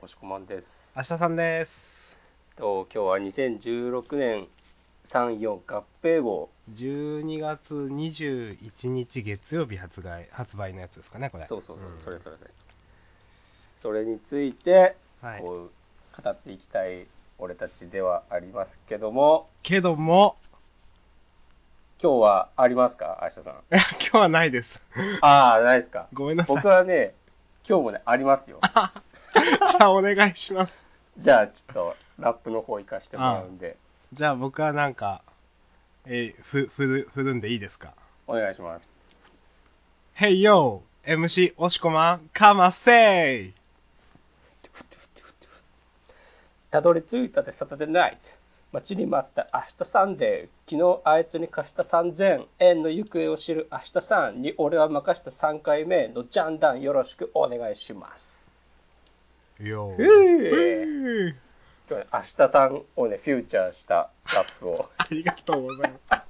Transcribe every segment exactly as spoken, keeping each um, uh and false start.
押しこまんです。 明日さんです。 と今日はにせんじゅうろくねんさんよん合併号じゅうにがつにじゅういちにち月曜日発売発売のやつですかね、これ。 そうそうそう、 うん、 それそれそれそれについてはい。 こう語っていきたい俺たちではありますけども、 けども今日はありますか、明日さん。 今日はないです。 ああ、ないですか。 ごめんなさい。 僕はね、今日もねありますよ。 じゃあお願いします。 じゃあちょっとラップの方行かしてもらうんで。 じゃあ僕はなんか、えー、ふ、ふる、振るんでいいですか。 お願いします。 Hey yo! エムシー 押しこまん、かませい。 たどり着いたでサタデーナイト、待ちに待った明日サンデー、昨日あいつに貸したさんぜんえんの行方を知る明日さんに俺は任したさんかいめのジャンダンよろしくお願いします。 よふー。 ー今日ね、明日さんをねフューチャーしたラップをありがとうございます。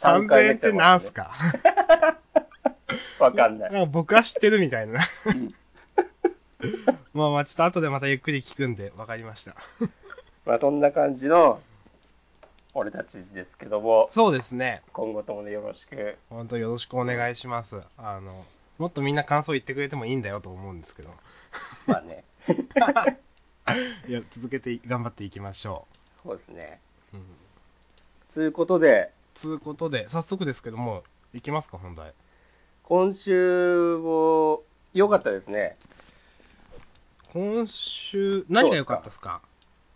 さんかいめさんぜんえんってなんすか。 わかんない。 なんか僕は知ってるみたいな。 うん、 まあまあちょっと後でまたゆっくり聞くんで分かりました。 まあそんな感じの俺たちですけども、 そうですね。 今後ともねよろしく。 本当よろしくお願いします。あのもっとみんな感想言ってくれてもいいんだよと思うんですけど。 まあねいや続けて頑張っていきましょそうですね。 う。うん。 つうことでつうことで早速ですけどもいきますか本題。 今週も良かったですね。 今週何が良かったですか。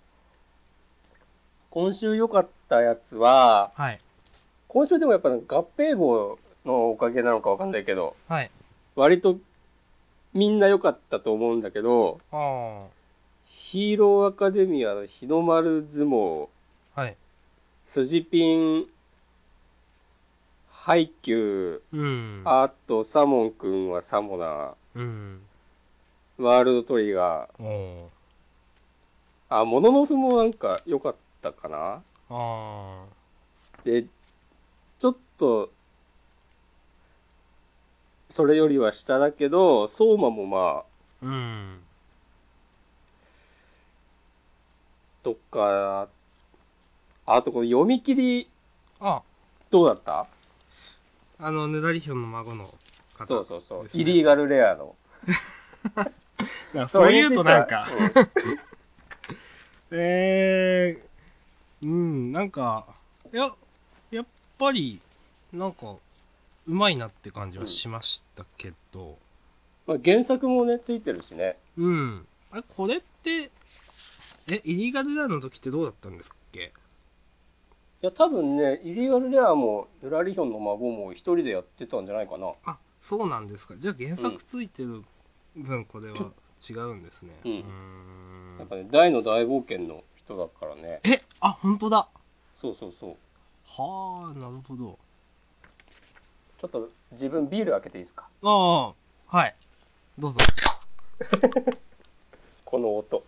今週良かったやつは、 はい。 今週でもやっぱ合併号のおかげなのかわかんないけど、 はい。 割とみんな良かったと思うんだけど、 あヒーローアカデミアの日の丸相撲、 あ。はい。 スジピン、ハイキュー、 うん。 あとサモンくんはサモナー、 うん。 ワールドトリガー、 おー。 あ、モノノフもなんか良かったかな。 あで、ちょっと、それよりは下だけど、相馬もまあ、 あ。うん。 とか、あとこの読み切り、 あ、 どうだった？ あのヌダリヒョンの孫の方そうそうそう。 ですね。 イリーガルレアの。 なんかそれそういうについては、 となんか、えー、うん、なんか、いや、やっぱり、なんか、うまいなって感じうん。うん。 はしましたけど、 まあ、原作もね、ついてるしね。 うん。あれ、これって、え、イリーガルダーの時ってどうだったんですっけ。 いや、多分ね、イリーガルレアも、ヌラリヒョンの孫も一人でやってたんじゃないかな。 あ、そうなんですか。じゃあ原うん。 作ついてる分、これは違うんですね。 うん。 うーん。 やっぱね、大の大冒険の人だからね。 え、あ、本当だ。 そうそうそう。 はあ、なるほど。 ちょっと自分ビール開けていいですか？ ああ、はい。どうぞ。 この音。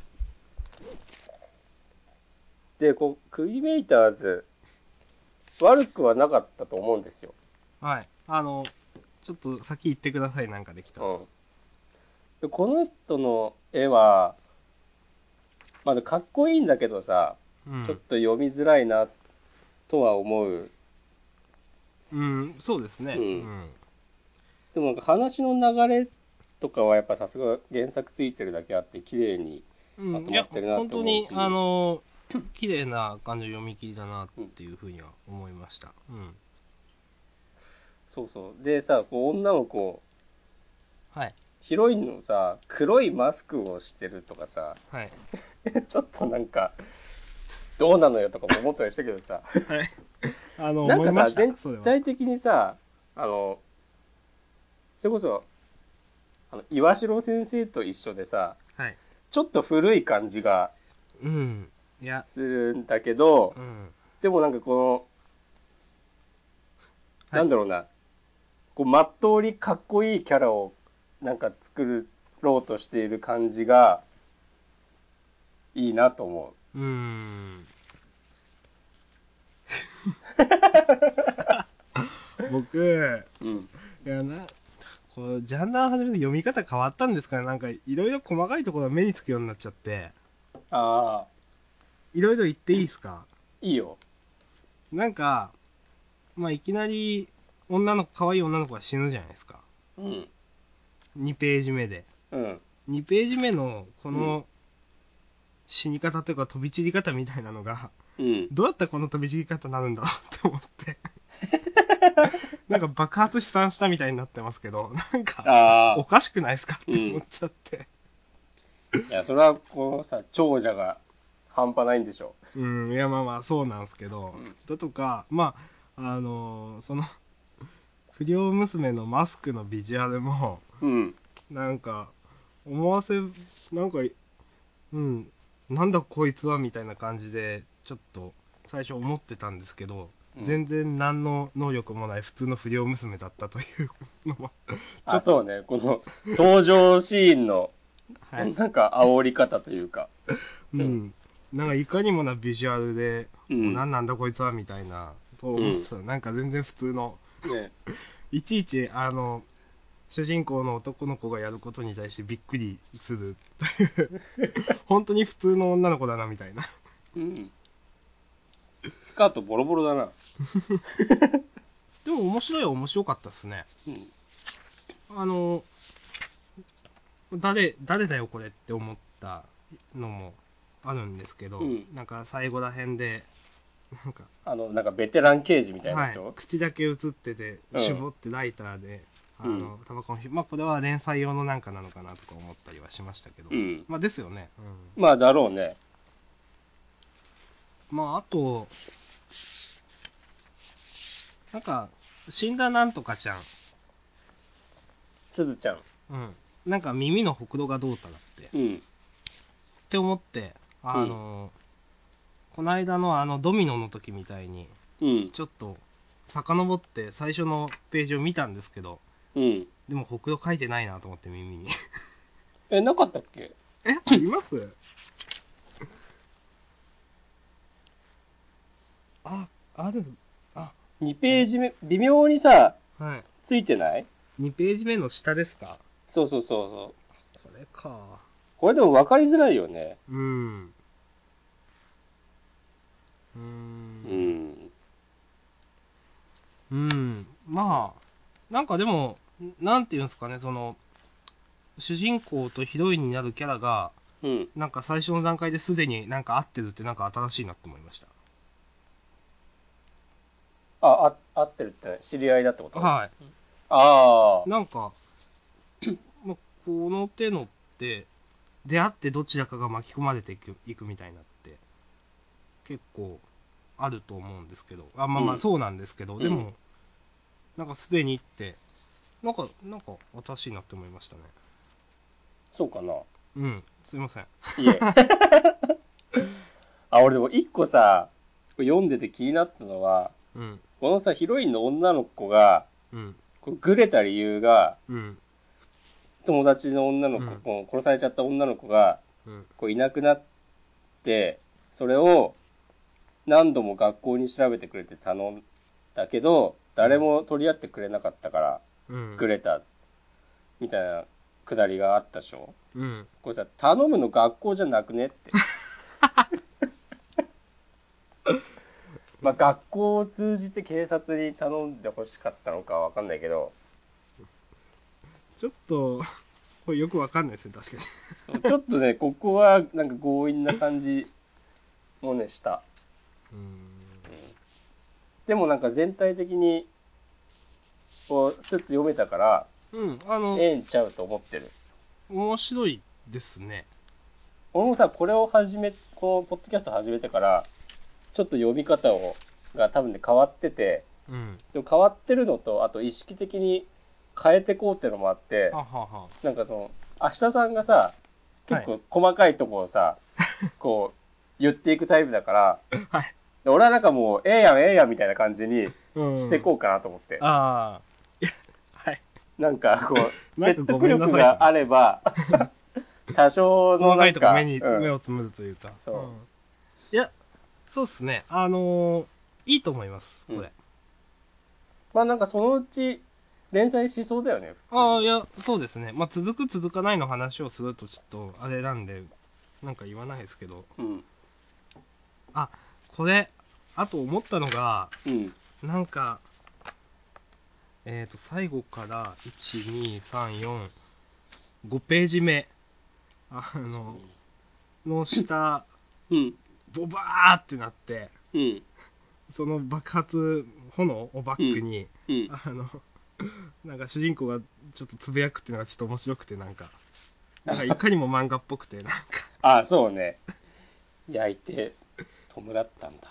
で、こう、クリメイターズ、悪くはなかったと思うんですよ。 はい。あの、ちょっと先行ってください、なんかできたら。 うん。で、この人の絵は、まだかっこいいんだけどさ、ちょっうん。 と読みづらいなとは思う。 うん、そうですね。ううん。 ん。 でもなんか話の流れとかはやっぱさすが原作ついてるだけあって綺麗にうん、いや、 まとまってるなって本当に、あ思うし、 の、綺麗な感じの読み切りだなっうん、 ていうふうには思いました。うん。 そうそう。でさ、こう女の子、 はい。 ヒロインのさ、黒いマスクをしてるとかさ、 はい。 ちょっとなんか、どうなのよとかも思ったりしたけどさ、 はい。あの、 なんかさ、 思いました、 全それは。 体的にさ、あの、それこそ、あの岩城先生と一緒でさ、 はい。 ちょっと古い感じがうん。いや、 するんだけど、 うん。 でもなんかこの、 はい。 なんだろうな、こう、まっとうにかっこいいキャラをなんか作ろうとしている感じがいいなと思うーん。僕、 う。うん。 いやな、 こうジャンダン始めて読み方変わったんですかね。なんかいろいろ細かいところが目につくようになっちゃって。 ああ。 いろいろ言っていいですか？ いいよ。 なんか、まあ、いきなり女の子、可愛い女の子が死ぬじゃないですか。 うん。 にページ目で。 うん。 にページ目のこうんの死に方というか飛び散り方みたいなのが、 うん。 どうやったらこの飛び散り方になるんだろうって思って。なんか爆発飛散したみたいになってますけど、なんか、 ああ。 おかしくないですかって思っちゃって。 いや、それはこのさ、長者が半端ないんでしょ。 うん、いやまあまあそうなんですけど、 うん。 だとか、まあ、あのーその、不良娘のマスクのビジュアルも、 うん。 なんか、思わせ、なんか、うん、なんだこいつはみたいな感じで、ちょっと最初思ってたんですけど、 うん、 全然何の能力もない普通の不良娘だったというのも、ちょあ、 っと、 そうね。この登場シーンの、 はい、 なんか煽り方というか。うん。 うん、なんかいかにもなビジュアルで、 うん。 何なんだこいつはみたいな、と思ってたら、なんか全然普通の、 ね。 いちいち、あの、主人公の男の子がやることに対してびっくりするという本当に普通の女の子だなみたいな。 うん。スカートボロボロだな。 でも面白いは面白かったっすね。 うん。 あの、誰、誰だよこれって思ったのもあるんですけど、 うん。 なんか最後ら辺で、なんか、 あの、なんかベテラン刑事みたいなはい、 人。 口だけ映ってて、 うん。 絞ってライターで、あうん。 の、タバコの火、まあこれは連載用のなんかなのかなとか思ったりはしましたけど、 うん。 まあですよね。うん、 まあ、だろうね。 まああと、なんか、死んだなんとかちゃん、 すずちゃん。 うん。なんか耳のほくろがどうたらって。っうん。 て思って、 うん。 あのー、この間のあのドミノの時みたいに、 うん。 ちょっと遡って最初のページを見たんですけど、 うん。 でもほくろ書いてないなと思って耳に。 え、なかったっけ？ え、あります？あ、ある。あ、 にページ目、微妙にさ、 はい。 ついてない？ にページ目の下ですか？ そうそうそうそう。 これか。 これでも分かりづらいよね。 うん。うーうん。 ん。 うん。まあ、なんかでも、なんていうんですかね、その、主人公とヒロインになるキャラが、 うん。 なんか最初の段階ですでになんか合ってるってなんか新しいなって思いました。 あ、あ、合ってるって知り合いだってこと？ はああ。 い。なんか、ま、この手のって、出会ってどちらかが巻き込まれていくいくみたいなって、結構あると思うんですけど、あ、まあまあうん。 そうなんですけど、 うん。 でも、なんかすでにって、なんか、なんか新しいなって思いましたね。 そうかな。 うん、すいません。 いえ。あ、俺でも一個さ、読んでて気になったのは、 うん、 このさ、ヒロインの女の子が、 うん、 こうグレた理由が、 うん、 友達の女の子、 うん、 こう殺されちゃった女の子が、 うん、 こういなくなって、それを何度も学校に調べてくれて頼んだけど、誰も取り合ってくれなかったから、 うん、 グレた、みたいなくだりがあったでしょ？ うん。 これさ、頼むの学校じゃなくねって。まあ学校を通じて警察に頼んでほしかったのかわかんないけど、 ちょっと、これよくわかんないですね、確かに。 そう、ちょっとね、ここはなんか強引な感じもね、した。 うーん。 うん、でもなんか全体的に、こう、スッと読めたから、 うん、あの、 ええんちゃうと思ってる。 面白いですね。 俺もさ、これを始め、このポッドキャスト始めてから、ちょっと読み方を、が多分ね、変わってて、 うん。 でも変わってるのと、あと意識的に変えてこうってのもあって、 ははは。 なんかその、明日さんがさ、 はい。 結構細かいところをさ、こう、言っていくタイプだから、 はい。 俺はなんかもう、ええやん、ええやんみたいな感じにうん。 してこうかなと思って。 ああ。はい。 なんか、こう、 なんかご説得めんなさいと力があ思って。 れば、多少の細かいなんか、 とこ目に、 うん、 目をつむるというか。うん。 そいや、そうっすね。あのー、いいと思います、 う。うん。 これ。 まあなんかそのうち、 連載しそうだよね。 ああ、いや、そうですね。まあ、続く続かないの話をするとちょっとあれなんで、なんか言わないですけど。 うん。 あ、これ、あと思ったのが、 うん。 なんか、えっと、最後からいち、に、さん、よん、ごページ目、あの、の下、 うん。 ボバーってなって、 うん。 その爆発、炎をバックに、 うん。 あの、なんか主人公がちょっとつぶやくっていうのがちょっと面白くて、なんか、なんかいかにも漫画っぽくて、なんか、 あ、そうね。焼いて、弔ったんだ。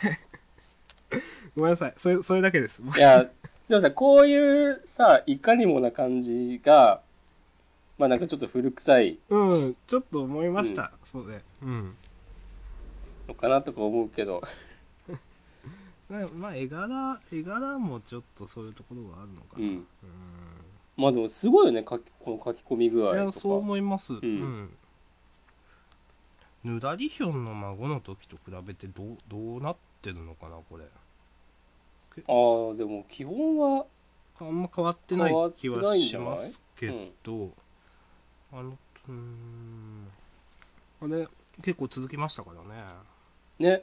ごめんなさい、それ、それだけです。 いや、でもさ、こういうさ、いかにもな感じが、まあなんかちょっと古臭い、 うん、ちょっと思いましうんた、そうで。うん。 のかなとか思うけど。 まあ、まあ絵柄、絵柄もちょっとそういうところがあるのかな。 うん。 うん。 まあでもすごいよね、書きこの書き込み具いや、 合とそうか。 思います。ううん。 ん。ぬらりひょんの孫の時と比べてどう、どうなってるのかな、これ。 ああ、でも基本はあんま変わってない変わって気はないんじしゃない？ ますけど、あの、うーん、あれ、結構続きましたからね。 うん。ね。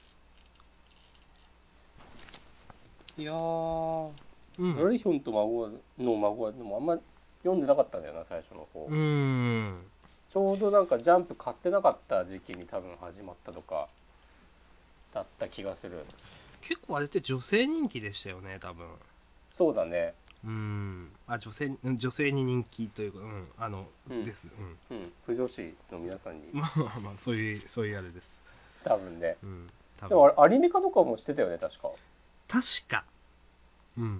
いやー、 うん。 ドレヒョンと孫の孫はでもあんま読んでなかったんだよな、最初の方。 うーん。 ちょうどなんかジャンプ買ってなかった時期に多分始まったとかだった気がする。 結構あれって女性人気でしたよね、多分。 そうだね。 うーん。あ、女性、女性に人気というか、うん、あの、 うん。 です。うん。 うん。不女子の皆さんにまあまあまあ、そういう、そういうあれです。 多分ね。 うん、多分。 でもあれ、アニメ化とかもしてたよね、確か。 確か。うん。うーん。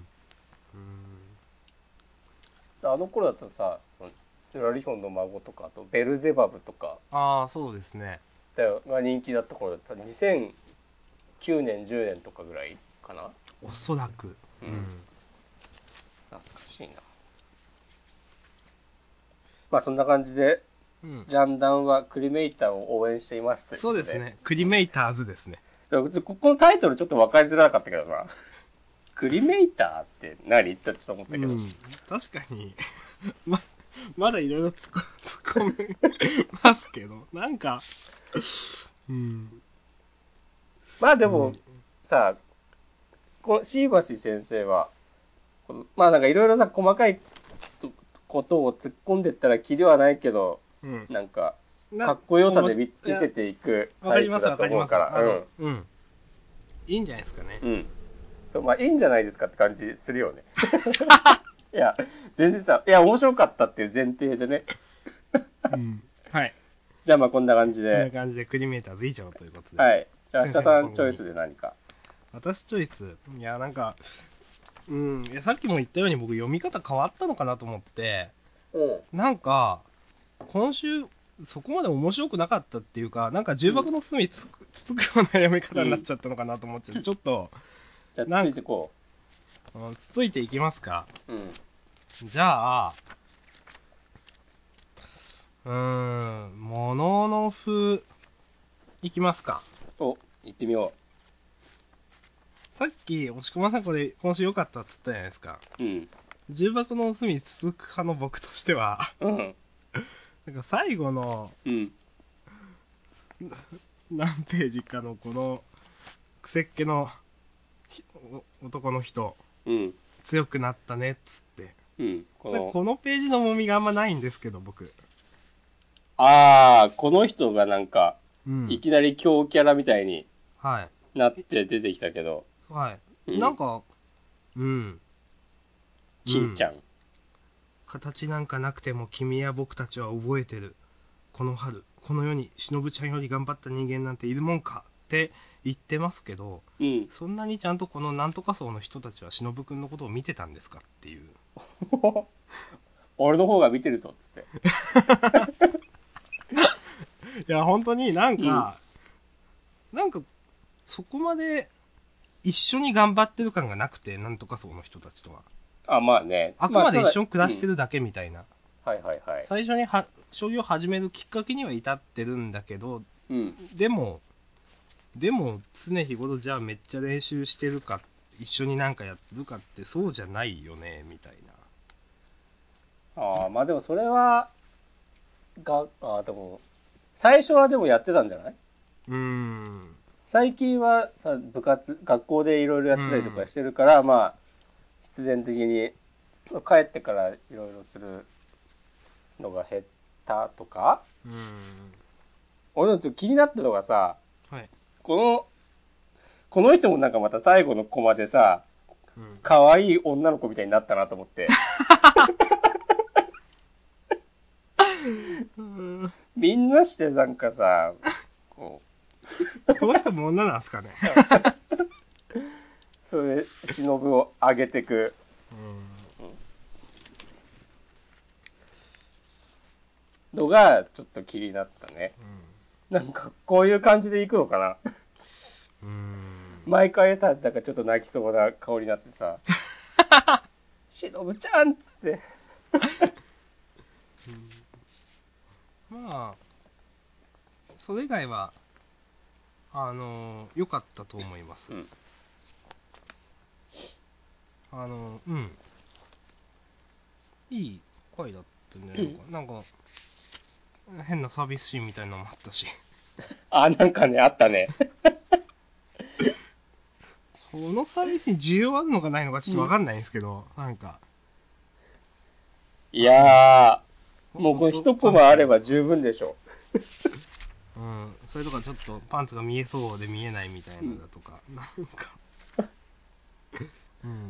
あの頃だとさ、ラリヒョンの孫とか、あとベルゼバブとかああ、そうですね。 だよが人気だった頃だった。にせんきゅうねん、じゅうねんとかぐらいかな。 おそらく。 うん。 うん。 懐かしいな。まあそんな感じで、 うん。 ジャンダンはクリメイターを応援していますということで。 そうですね。クリメイターズですね。 でもここのタイトルちょっと分かりづらかったけどな。クリメイターって何ってちょっと思ったけど。 うん。確かに、ま、まだいろいろ突っ込めますけど、なんか、うん。 まあでも、 うん。 さ、この椎橋先生は、まあなんかいろいろさ、細かいことを突っ込んでったらキリはないけど、 うん。 なんか、かな、 っこよさおもし、 で見いや、 見せていくわかりますタイプだわかります。 と思うから、 あの、 うん。 うん。いいんじゃないですかね。 うん。そう、まあいいんじゃないですかって感じするよね。いや、全然さ、いや、面白かったっていう前提でね。 うん。はい。 じゃあまあこんな感じで。 こんな感じでクリメーターズ以上ということで。 はい。じゃあ明日先生のさんチョイ今後に。 スで何か。 私チョイス。いや、なんか、うん。いや、さっきも言ったように僕読み方変わったのかなと思って、 うん。 なんか、今週、そこまで面白くなかったっていうか、なんか重箱の隅つくつつくような読み方になっちゃったのかなと思っちゃう。ちょっと、 じゃあつなんか、 ついてこうんつついていきますか。 う。うん。 じゃあ、うーん、もののふ、いきますか。 お、行ってみよさっき、押し込まさんこれ今週良かったっつったじゃないですか。 う。うん。 重箱の隅つつく派の僕としては、 うん。 なんか最後のうん。 何ページかのこの、くせっ気の男の人、 うん。 強くなったねっつって。 うん。この、 でこのページの重みがあんまないんですけど、僕。 ああ、この人がなんか、 うん。 いきなり強キャラみたいにはい。 なって出てきたけど、 はい。なうん。 んか、うん。うん。 金ちゃん。 形なんかなくても君や僕たちは覚えてる。この春、この世に忍ちゃんより頑張った人間なんているもんかって言ってますけど、 うん。 そんなにちゃんとこのなんとか層の人たちは忍くんのことを見てたんですかっていう。 俺の方が見てるぞ、つって。 いや、本当になんうん。 か、なんか、そこまで一緒に頑張ってる感がなくて、なんとか層の人たちとは。 あ、まあね。 あくまあ、ただ、 まで一緒に暮うん。 らしてるだけみたいな。 はいはいはい。 最初には将棋を始めるきっかけには至ってるんだけど、 うん。 でも、でも常日頃じゃあめっちゃ練習してるか、 一緒になんかやってるかってそうじゃないよねみたいな。 ああ、まあでもそれはがあでも最初はでもやってたんじゃない？ うーん最近はさ部活学校でいろいろやってたりとかしてるから、まあ必然的に帰ってからいろいろするのが減ったとか。 うーん俺のちょっと気になったのがさ、 はいこのこの人もなんかまた最後のコマでさ、 うん、 可愛い女の子みたいになったなと思ってみんなしてなんかさ、ここの人も女なんすかね。 うそれで忍を上げてく、うん、のがちょっと気になったね、うん、なんかこういう感じでいくのかなうーん毎回さ、なんかちょっと泣きそうな顔になってさ忍ちゃんっつってまあそれ以外はあの良かったと思います、うん、あのうんいい回だったんじゃないのか、うん、なんか変なサービスシーンみたいなのもあったしあ、なんかねあったねこのサービスに需要あるのかないのかちょっと分かんないんですけど、うん、なんかいやーもうこれ一コマあれば十分でしょうん、それとかちょっとパンツが見えそうで見えないみたいなだとか、うん、なんかうん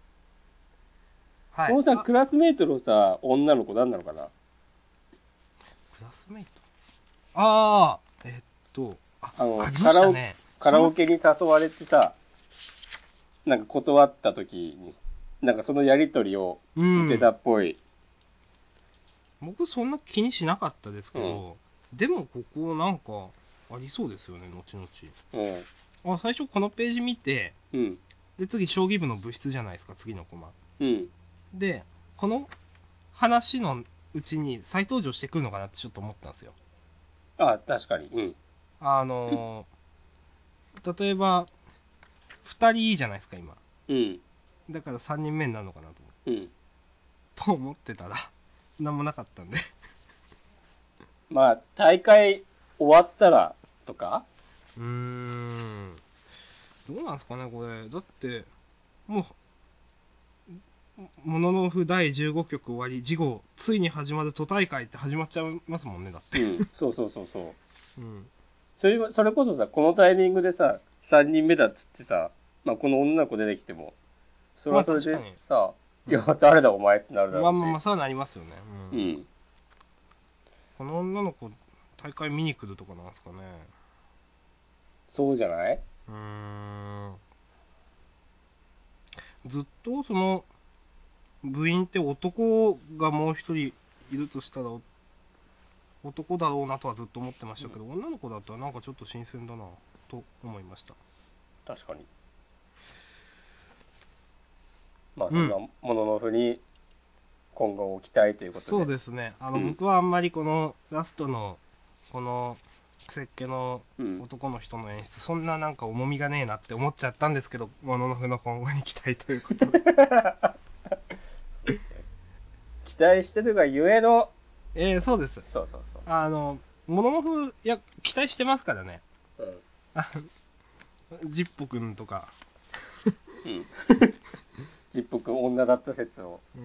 はい、 このさクラスメイトのさ女の子何なのかな。 クラスメイトああえっとああのありましたねカラオケに誘われてさなんか断った時になんかそのやりとりを受けたっぽい、 うん、僕そんな気にしなかったですけど、うん、でもここなんかありそうですよね後々、うん、あ最初このページ見て、うん、で次将棋部の部室じゃないですか次のコマ、うん、でこの話のうちに再登場してくるのかなってちょっと思ったんですよ。 あ確かに、うん、 あのー、例えばふたりいいじゃないですか今、うん、だからさんにんめになるのかなと思って、うん、と思ってたら何もなかったんでまあ大会終わったらとかうーんどうなんですかねこれだってもうもののふだいじゅうごきょく終わり次号ついに始まる都大会って始まっちゃいますもんねだって、うん、 そうそうそうそう、うん、それそれこそさこのタイミングでささんにんめだっつってさ、まあ、この女の子出てきてもそれはそれでさ、まあ、いや誰だお前ってなるだろうし、 まあまあまあそうなりますよね、うん、うん、この女の子大会見に来るとかなんですかね。 そうじゃない。 うーんずっとその部員って男がもう一人いるとしたら男だろうなとはずっと思ってましたけど、うん、女の子だったらなんかちょっと新鮮だなと思いました。 確かにまあそんなもののふに今後を期待ということで、 そうですねあの、うん、僕はあんまりこのラストのこのクセっ気の男の人の演出、うん、そんななんか重みがねえなって思っちゃったんですけどもののふの今後に期待ということで期待してるがゆえのえー、そうですそうそうそうあのもののふいや期待してますからね、うん、ジッポくんとかうんジッポくん女だった説を、うん、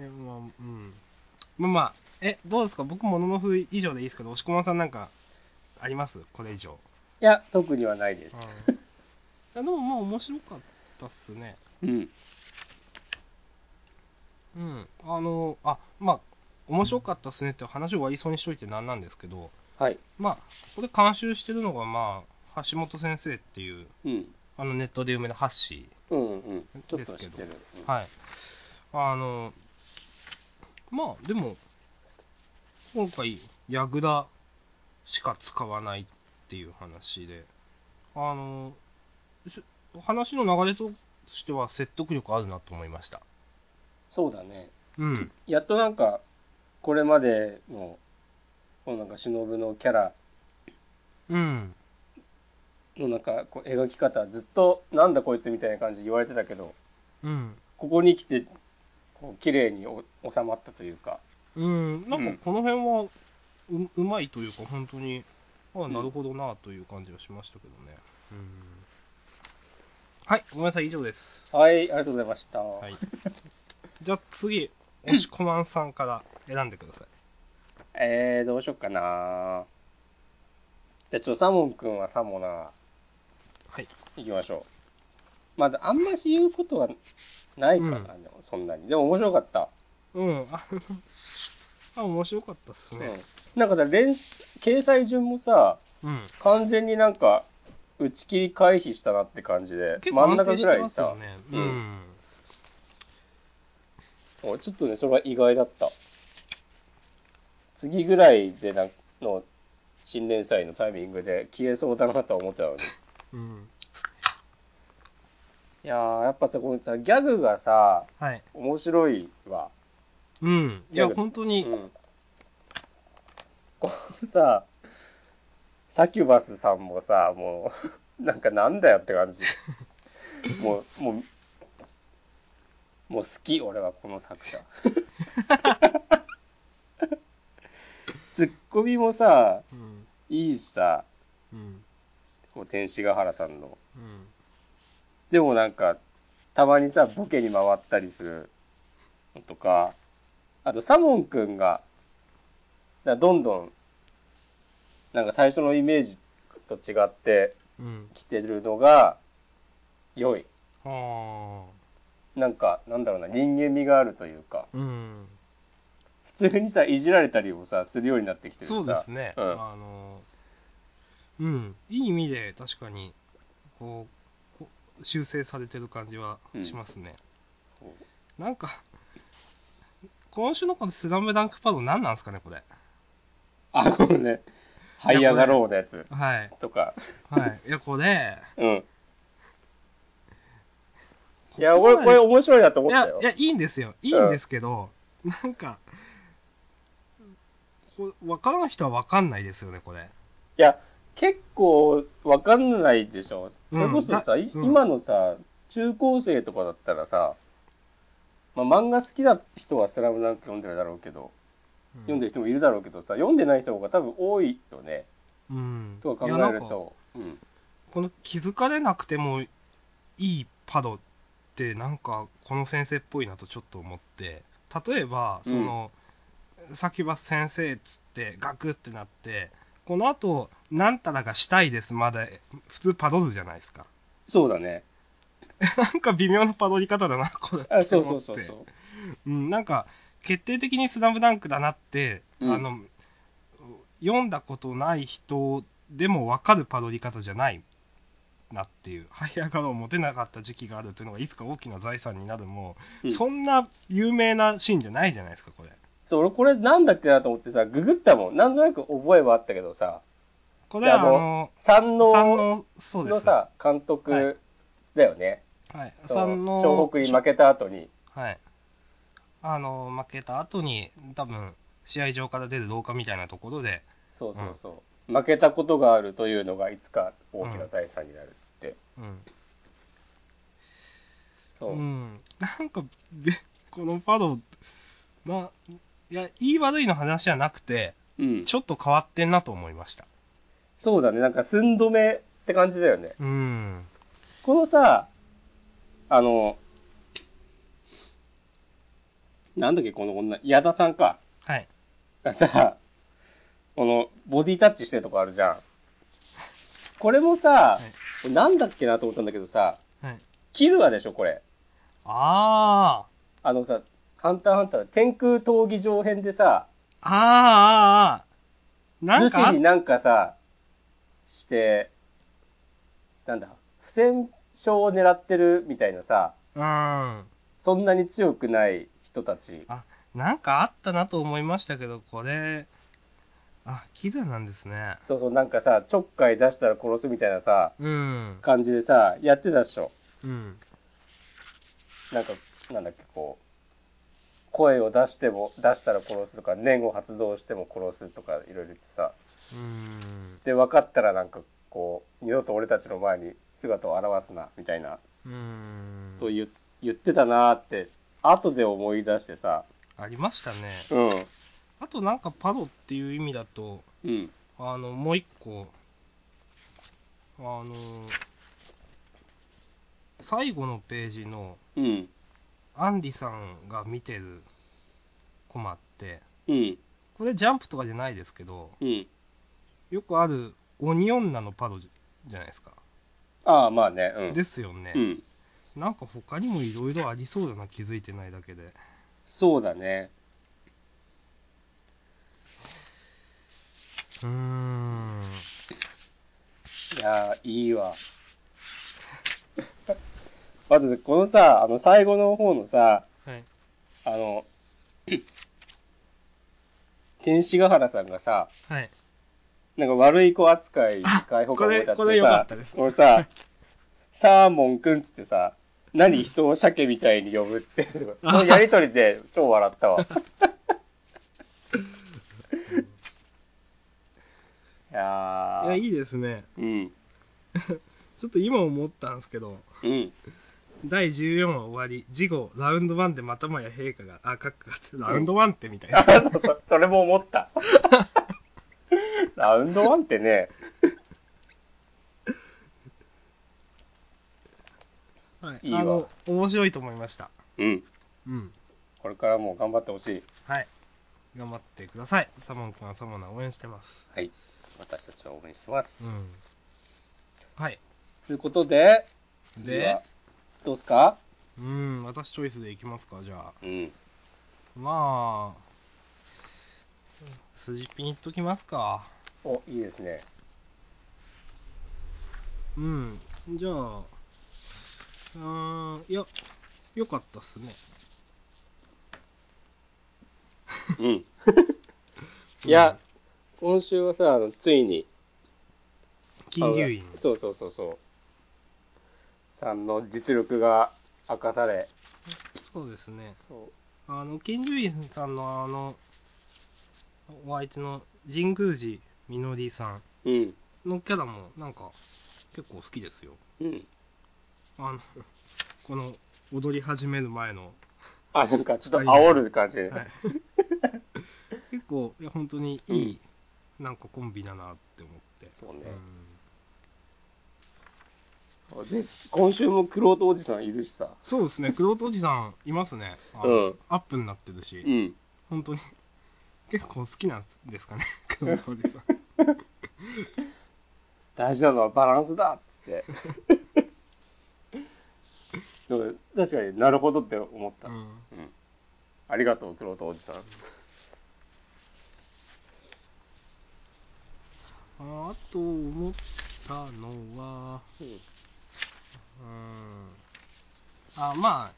いやまあうんまあまあえどうですか僕もののふ以上でいいですけど押し込まさんなんかありますこれ以上。 いや特にはないです、 うん、いやでもまあ面白かったっすね。うんうんあのあまあ面白かったっすねって話を割りそうにしといてなんなんですけど、はい、まあこれ監修してるのがまあ橋本先生っていう、うん、あのネットで有名なハッシーですけど、うんうんうん、はいあのまあでも今回矢倉しか使わないっていう話であの話の流れとしては説得力あるなと思いました。 そうだね、うん、やっとなんかこれまでのこのなんか忍のキャラのなんかこう描き方ずっとなんだこいつみたいな感じで言われてたけど、 うん、 ここに来てこう綺麗に収まったというか、 うん、なんかこの辺は う, うまいというか本当にあなるほどなという感じはしましたけどね、うん、はい、ごめんなさい、以上です。 はい、ありがとうございました、 はい、じゃあ次押しこまんさんから選んでください。 えーどうしよっかな。じゃあちょっとサモン君はサモナー、 はい、 行きましょう。まだあんまし言うことはないかな、うん、でもそんなに。でも面白かった。 うん、ああ面白かったっすね。 うん、なんかさ、連掲載順もさ、うん、完全になんか打ち切り回避したなって感じで、真ん中ぐらいさ、ね、うん、うん、ちょっとねそれは意外だった。次ぐらいでなの新年祭のタイミングで消えそうだなとは思ってたのに。うん、いやーやっぱさこのさギャグがさ、はい、面白いわ。 うん、いや本当に、うん、 このさサキュバスさんもさもうなんかなんだよって感じ。もうもうもう好き俺はこの作者。ツッコミもさ、うん、いいしさ、うん、こう天使ヶ原さんの、うん、でもなんかたまにさボケに回ったりするのとか、あとサモンくんがだどんどんなんか最初のイメージと違ってきてるのが良い、うん、なんかなんだろうな、人間味があるというか、うん、普通にさいじられたりをさするようになってきてるしさ。 そうですね、うん、あのうんいい意味で確かにこう修正されてる感じはしますね、うん、なんか今週のこのスラムダンクパド何なんですかねこれ。 あ、このね這い上がろうのやつとか、 はい、いやこれうんいや俺これ面白いなと思ったよ。 いやいやいいんですよいいんですけど、うん、なんかこ分からない人は分かんないですよねこれ。 いや結構分かんないでしょ、うん、それこそさ、うん、今のさ中高生とかだったらさ、まあ、漫画好きな人はスラムダンク読んでるだろうけど、うん、読んでる人もいるだろうけどさ、読んでない人が多分多いよね、うん、とか考えると、うん、 この気づかれなくてもいいパドってなんかこの先生っぽいなとちょっと思って、例えばその、うん、サキュバス先生っつってガクってなってこの後なんたらがしたいですまだ普通パドるじゃないですか。 そうだね。 なんか微妙なパドり方だなこれって思って。そうそうそうそう、うん、なんか決定的にスラムダンクだなって、うん、あの読んだことない人でも分かるパドり方じゃないなっていう、這い上がろう持てなかった時期があるというのがいつか大きな財産になるも、うん、そんな有名なシーンじゃないじゃないですかこれ。 そう俺これなんだっけなと思ってさググったもん。なんとなく覚えはあったけどさ、これあの山王のさ監督だよね。はい、山王湘北に負けた後に、 はい、あの負けた後に多分試合場から出る廊下みたいなところで、 そうそうそう、うん、負けたことがあるというのがいつか大きな財産になるっつって、うん、うん、 そう、うん、なんかこのパドないやいい悪いの話じゃなくて、うん、ちょっと変わってんなと思いました。 そうだね、なんか寸止めって感じだよね。うん、このさあのなんだっけこの女矢田さんか、はい、がさこのボディタッチしてるとこあるじゃん。これもさ、はい、なんだっけなと思ったんだけどさ、はい、キルアでしょこれ。あああのさハンターハンター天空闘技場編でさ、あーあーあーなんか主になんかさしてなんだ不戦勝を狙ってるみたいなさ、うん、そんなに強くない人たち。 あなんかあったなと思いましたけどこれあキルアなんですね。 そうそうなんかさちょっかい出したら殺すみたいなさ、うん、感じでさやってたでしょ。うん、なんかなんだっけこう声を出しても出したら殺すとか念を発動しても殺すとかいろいろ言ってさ、うんで分かったらなんかこう二度と俺たちの前に姿を現すなみたいなうーんと言言ってたなーって後で思い出してさ。 ありましたね。 うん。 あとなんかパロっていう意味だと、 うん、 あのもう一個あの最後のページの、 うん、 アンディさんが見てるコマって、 うん、 これジャンプとかじゃないですけど、 うん、 よくある鬼女のパロじゃないですか。 ああまあね、うん、 ですよね、 うん、 なんか他にもいろいろありそうだな、気づいてないだけで。 そうだね。 うーんいやいいわ。まずこのさ、あの最後の方のさ、 はい、 あの天使ヶ原さんがさ、 はい、 なんか悪い子扱い解放これ感覚えたっこれ良かってさ、 たです。 このさ、サーモンくんつってさ、何人を鮭みたいに呼ぶって、このやりとりで超笑ったわ。いやいや、いいですね。 うん。 ちょっと今思ったんですけど、 うん。 だいじゅうよん話終わり、次号、ラウンドワンでまたもや陛下が、あ、カッカが、ラウンドワンってみたいな。 あ、そうそう、それも思った。ラウンドワンってね、 はい、 いいわ。 あの、面白いと思いました。 うん。 うん。 これからも頑張ってほしい。 はい。頑張ってください。サモン君はサモナー応援してます。 はい。私たちは応援してまうん。 す。 はい。 ということで、次で、 は、どうすか？ うん、私チョイスでいきますか、じゃあ。 うん。 まあ、筋ピンいっときますか。 お、いいですね。 うん。じゃあ、うーん、いや、よかったっすね。 うん。いや、今週はさ、あのついに、 金龍院。 そうそうそうそう。さんの実力が明かされ。 そうですね。 そあの、金龍院さんのあの、お相手の神宮寺みのりさう。うん。 んのキャラもなんか結構好きですよ。 うん。 あの、この踊り始める前のあ、なんかちょっとふたりの、 煽る感じ。はい。 結構いや本当にいい、うん、なんかコンビだなって思って。 そうね。 うん、 で、今週もクロートおじさんいるしさ。 そうですね、クロートおじさんいますね。あの、 うん。 アップになってるし、 うん。 本当に結構好きなんですかね、クロートおじさん。 大事なのはバランスだっつって。でも確かになるほどって思った。 うん、 うん。ありがとう、クロートおじさん。 あと思ったのは、 うん。 うん、あ、まあ、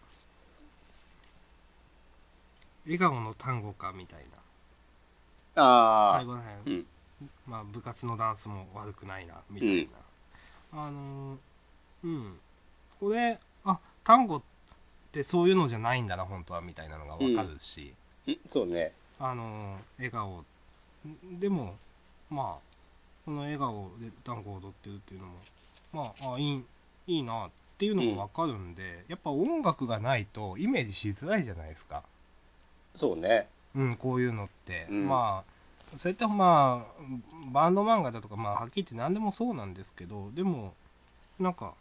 笑顔の単語かみたいな。 ああ。 最後らへん、 うん。 まあ、部活のダンスも悪くないな、みたいうん。 な。あのー、うん。これ、あ、単語ってそういうのじゃないんだな、本当は、みたいなのがわかうん。 るし、 うん。そうね。 あのー、笑顔、でも、まあ、この笑顔で単語を踊ってるっていうのも、まあ、あいい、いいなっていうのがわかるんで、やっぱ音楽がないとイメージしづらいじゃないですか。 そうね。 うん、こういうのって。 うん。 まあ、そういったまあ、バンド漫画だとか、まあ、はっきり言って何でもそうなんですけど、でも、なんか、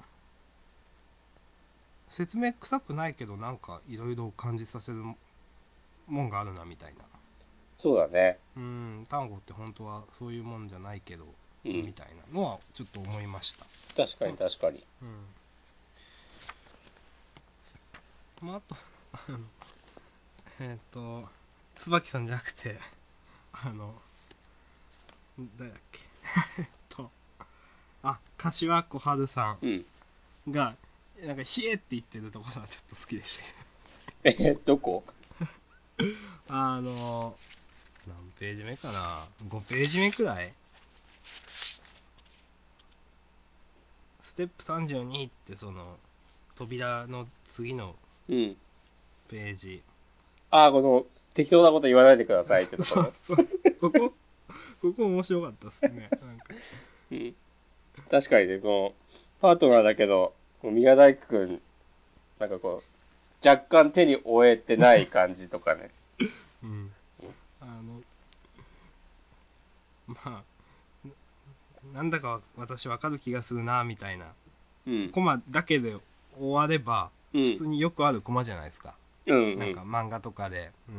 説明臭くないけど、なんか、いろいろ感じさせるもんがあるな、みたいな。 そうだね。 うん、単語って本当はそういうもんじゃないけど、 うん。 みたいなのは、ちょっと思いました。 確かに確かに。 うん。まあ、あと、あの、えっ、と、椿さんじゃなくて、あの、誰だっけ。えっと、あ、柏小春さうん。 んが、なんか、冷えって言ってるところがちょっと好きでしたえ、どこ？ けど。あの、何ページ目かな ?ご ページ目くらいステップさんじゅうにってその、扉の次のうん。 ページ。 ああ、この、適当なこと言わないでくださいってところ。 そうそう。ここ、ここ面白かったっすね。なんか。 うん。 確かにね、こう、パートナーだけど、宮大工くん、なんかこう、若干手に負えてない感じとかね。 うん。あの、まあ、なんだか私わかる気がするな、みたいな。うん。コマだけで終われば、うん、普通によくあるコマじゃないですか。うん、うん。なんか漫画とかで。うん。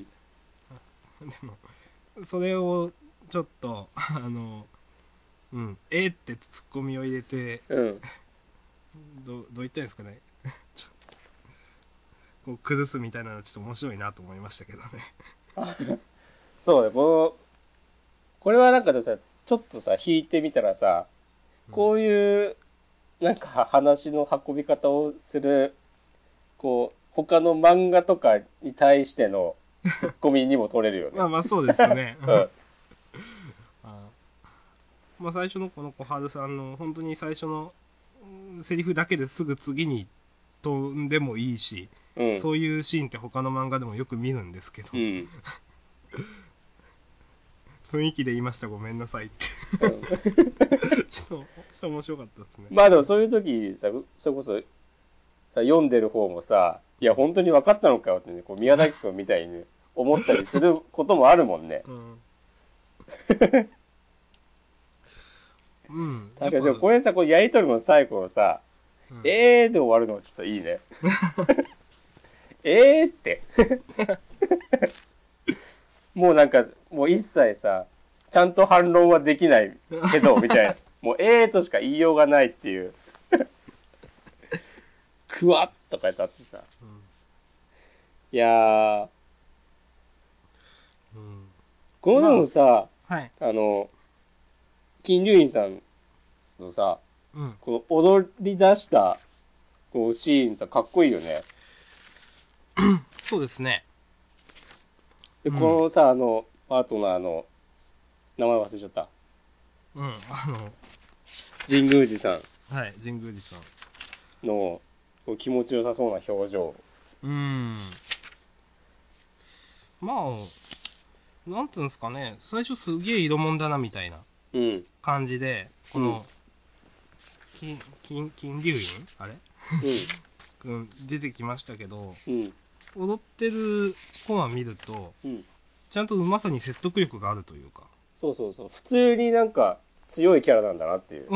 うん、でも、それを、ちょっと、あの、うん、えーってツッコミを入れて、うん、ど, どう言ったらいいんですかね。こう崩すみたいなのはちょっと面白いなと思いましたけどね。 そうね、この、これはなんかさ、ちょっとさ、引いてみたらさ、こういう、なんか話の運び方をする、こう、他の漫画とかに対してのツッコミにも取れるよね。 まあまあそうですね。うん、あまあ最初のこの小春さんの、本当に最初のセリフだけですぐ次に飛んでもいいし、うん、そういうシーンって他の漫画でもよく見るんですけど、うん、雰囲気で言いましたごめんなさいって、うん、ちょっとちょっと面白かったですね。 まあでもそういう時さ、それこそさ読んでる方もさ、いや本当に分かったのかよってね、こう宮崎君みたいに思ったりすることもあるもんね。うんうん、確かにでもこれさ、こうやりとりの最後のさ、うん、えーで終わるのちょっといいね。えーってもうなんかもう一切さ、ちゃんと反論はできないけどみたいな、もうえーとしか言いようがないっていうクワッとかやったってさ、うん、いやー、うん、このでもさ、まあ、はい、あの金龍院さんのさ、うん、この踊り出したこうシーンさ、かっこいいよね。 そうですね。 で、うん、このさ、あのパートナーの名前忘れちゃった。 うん、あの神宮寺さん。はい、神宮寺さんのこう気持ちよさそうな表情。 うん。まあ、なんていうんですかね、最初すげえ色もんだなみたいな感じで、うん、この、金、金、金龍院あれ、うん、出てきましたけど、うん、踊ってるコマ見ると、うん、ちゃんとうまさに説得力があるというか。 そうそうそう。普通になんか強いキャラなんだなっていう。 うん、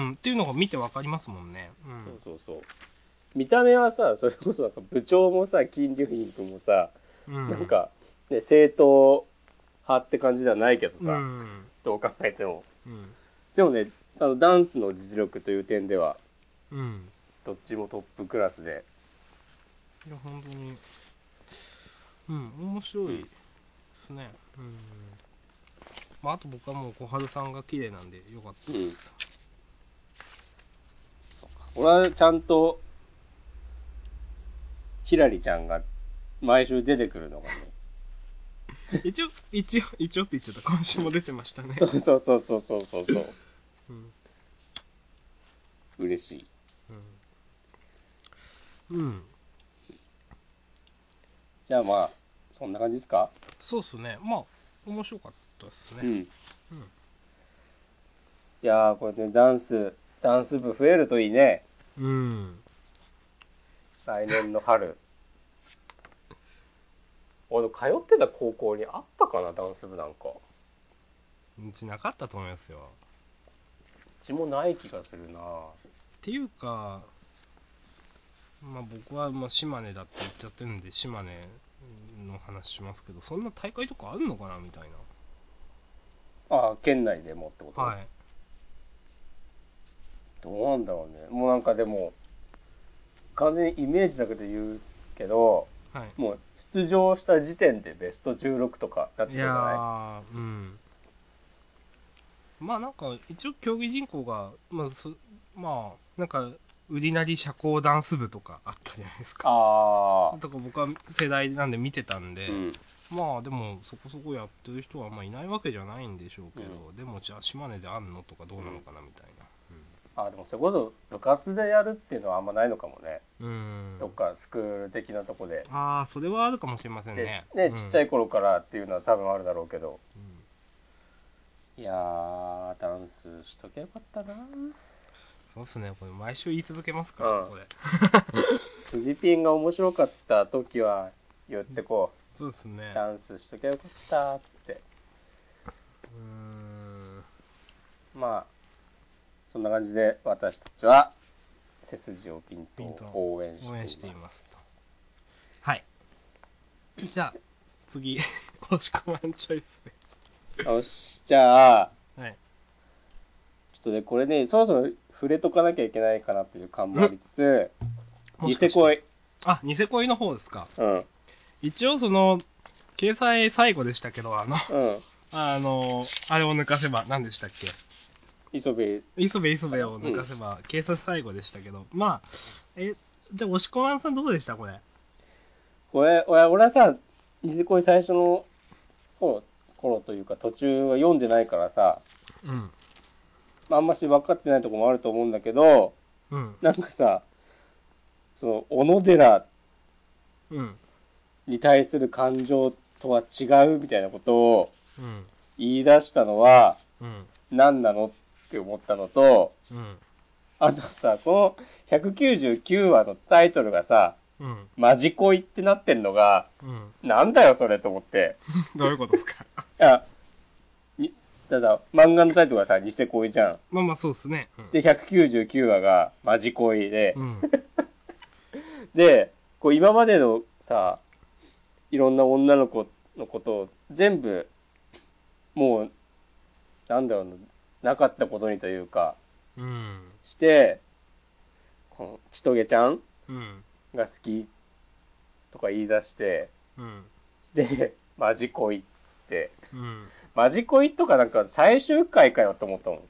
っていうのが見てわかりますもんね。 うん、そうそうそう。見た目はさ、それこそなんか部長もさ、金龍院君もさ、うん、なんか、ね、正統派って感じではないけどさ、うん、どう考えても。うん、でもね、あのダンスの実力という点では、うん、どっちもトップクラスで。 いや、本当に、うん、面白いですね。うん。まあ、あと僕はもう小春さんが綺麗なんでよかったです。 うん、そうか。俺はちゃんと、ひらりちゃんが毎週出てくるのがね。 一応、一応、一応って言っちゃった。今週も出てましたね。 そうそうそうそうそうそうそう。うん、嬉しい。うん。うん。じゃあまあ、そんな感じですか？ そうっすね。まあ、面白かったですね。うん。うん、いやー、これね、ダンス、ダンス部増えるといいね。 うん。 来年の春。俺、通ってた高校にあったかな、ダンス部なんか。 うちなかったと思いますよ。 うちもない気がするな。 っていうか、まあ僕はまあ島根だって言っちゃってるんで、島根の話しますけど、そんな大会とかあるのかなみたいな。ああ、県内でもってこと？ はい。 どうなんだろうね。もうなんかでも、完全にイメージだけで言うけど、はい、もう出場した時点でベストじゅうろくとかなってそうじゃない？いやー、うん。 まあなんか一応競技人口が、まあ、まあなんか売りなり社交ダンス部とかあったじゃないですか。ああ。とか僕は世代なんで見てたんで、うん、まあでもそこそこやってる人はまあいないわけじゃないんでしょうけど、うん、でもじゃあ島根であんのとかどうなのかなみたいな。うん、 あでもそれこそ部活でやるっていうのはあんまないのかもね。うん。どっかスクール的なとこで。 ああ、それはあるかもしれませんね。 ね、うん、ちっちゃい頃からっていうのは多分あるだろうけど。うん、いやー、 ダンスしときゃよかったな。 そうっすね、これ毎週言い続けますから、うん、これ辻ピンが面白かった時は言ってこう。そうですね。 ダンスしときゃよかったっつって。 うーん。 まあそんな感じで私たちは背筋をピンと応援しています。していますはい。じゃあ次押し込まんチョイスで。よし、じゃあ、 はい、 ちょっとねこれねそろそろ触れとかなきゃいけないかなという感もありつつ、ニセ恋。 あ、ニセ恋の方ですか。 うん。 一応その掲載最後でしたけど、あの、うん、あのあれを抜かせば何でしたっけ。 磯部磯部磯部を抜かせば、うん、掲載最後でしたけど、まあえじゃあ押し込まんさんどうでしたこれ。 これ俺俺はさニセ恋最初の頃頃というか途中は読んでないからさ、うん、あんまし分かってないところもあると思うんだけど、うん、なんかさその小野寺に対する感情とは違うみたいなことを言い出したのは何なのって思ったのと、うん、あとさこのひゃくきゅうじゅうきゅうわのタイトルがさ、うん、マジ恋ってなってんのが、うん、なんだよそれと思ってどういうことですか。 いやだから漫画のタイトルがさニセ恋じゃん。 まあまあそうですね、 うん、でひゃくきゅうじゅうきゅうわがマジ恋で、うん、でこう今までのさいろんな女の子のことを全部もうなんだろうなかったことにというか、うん、してこのちとげちゃんが好きとか言い出して、うん、でマジ恋っつって、うん、マジ恋とかなんか最終回かよと思ったもん。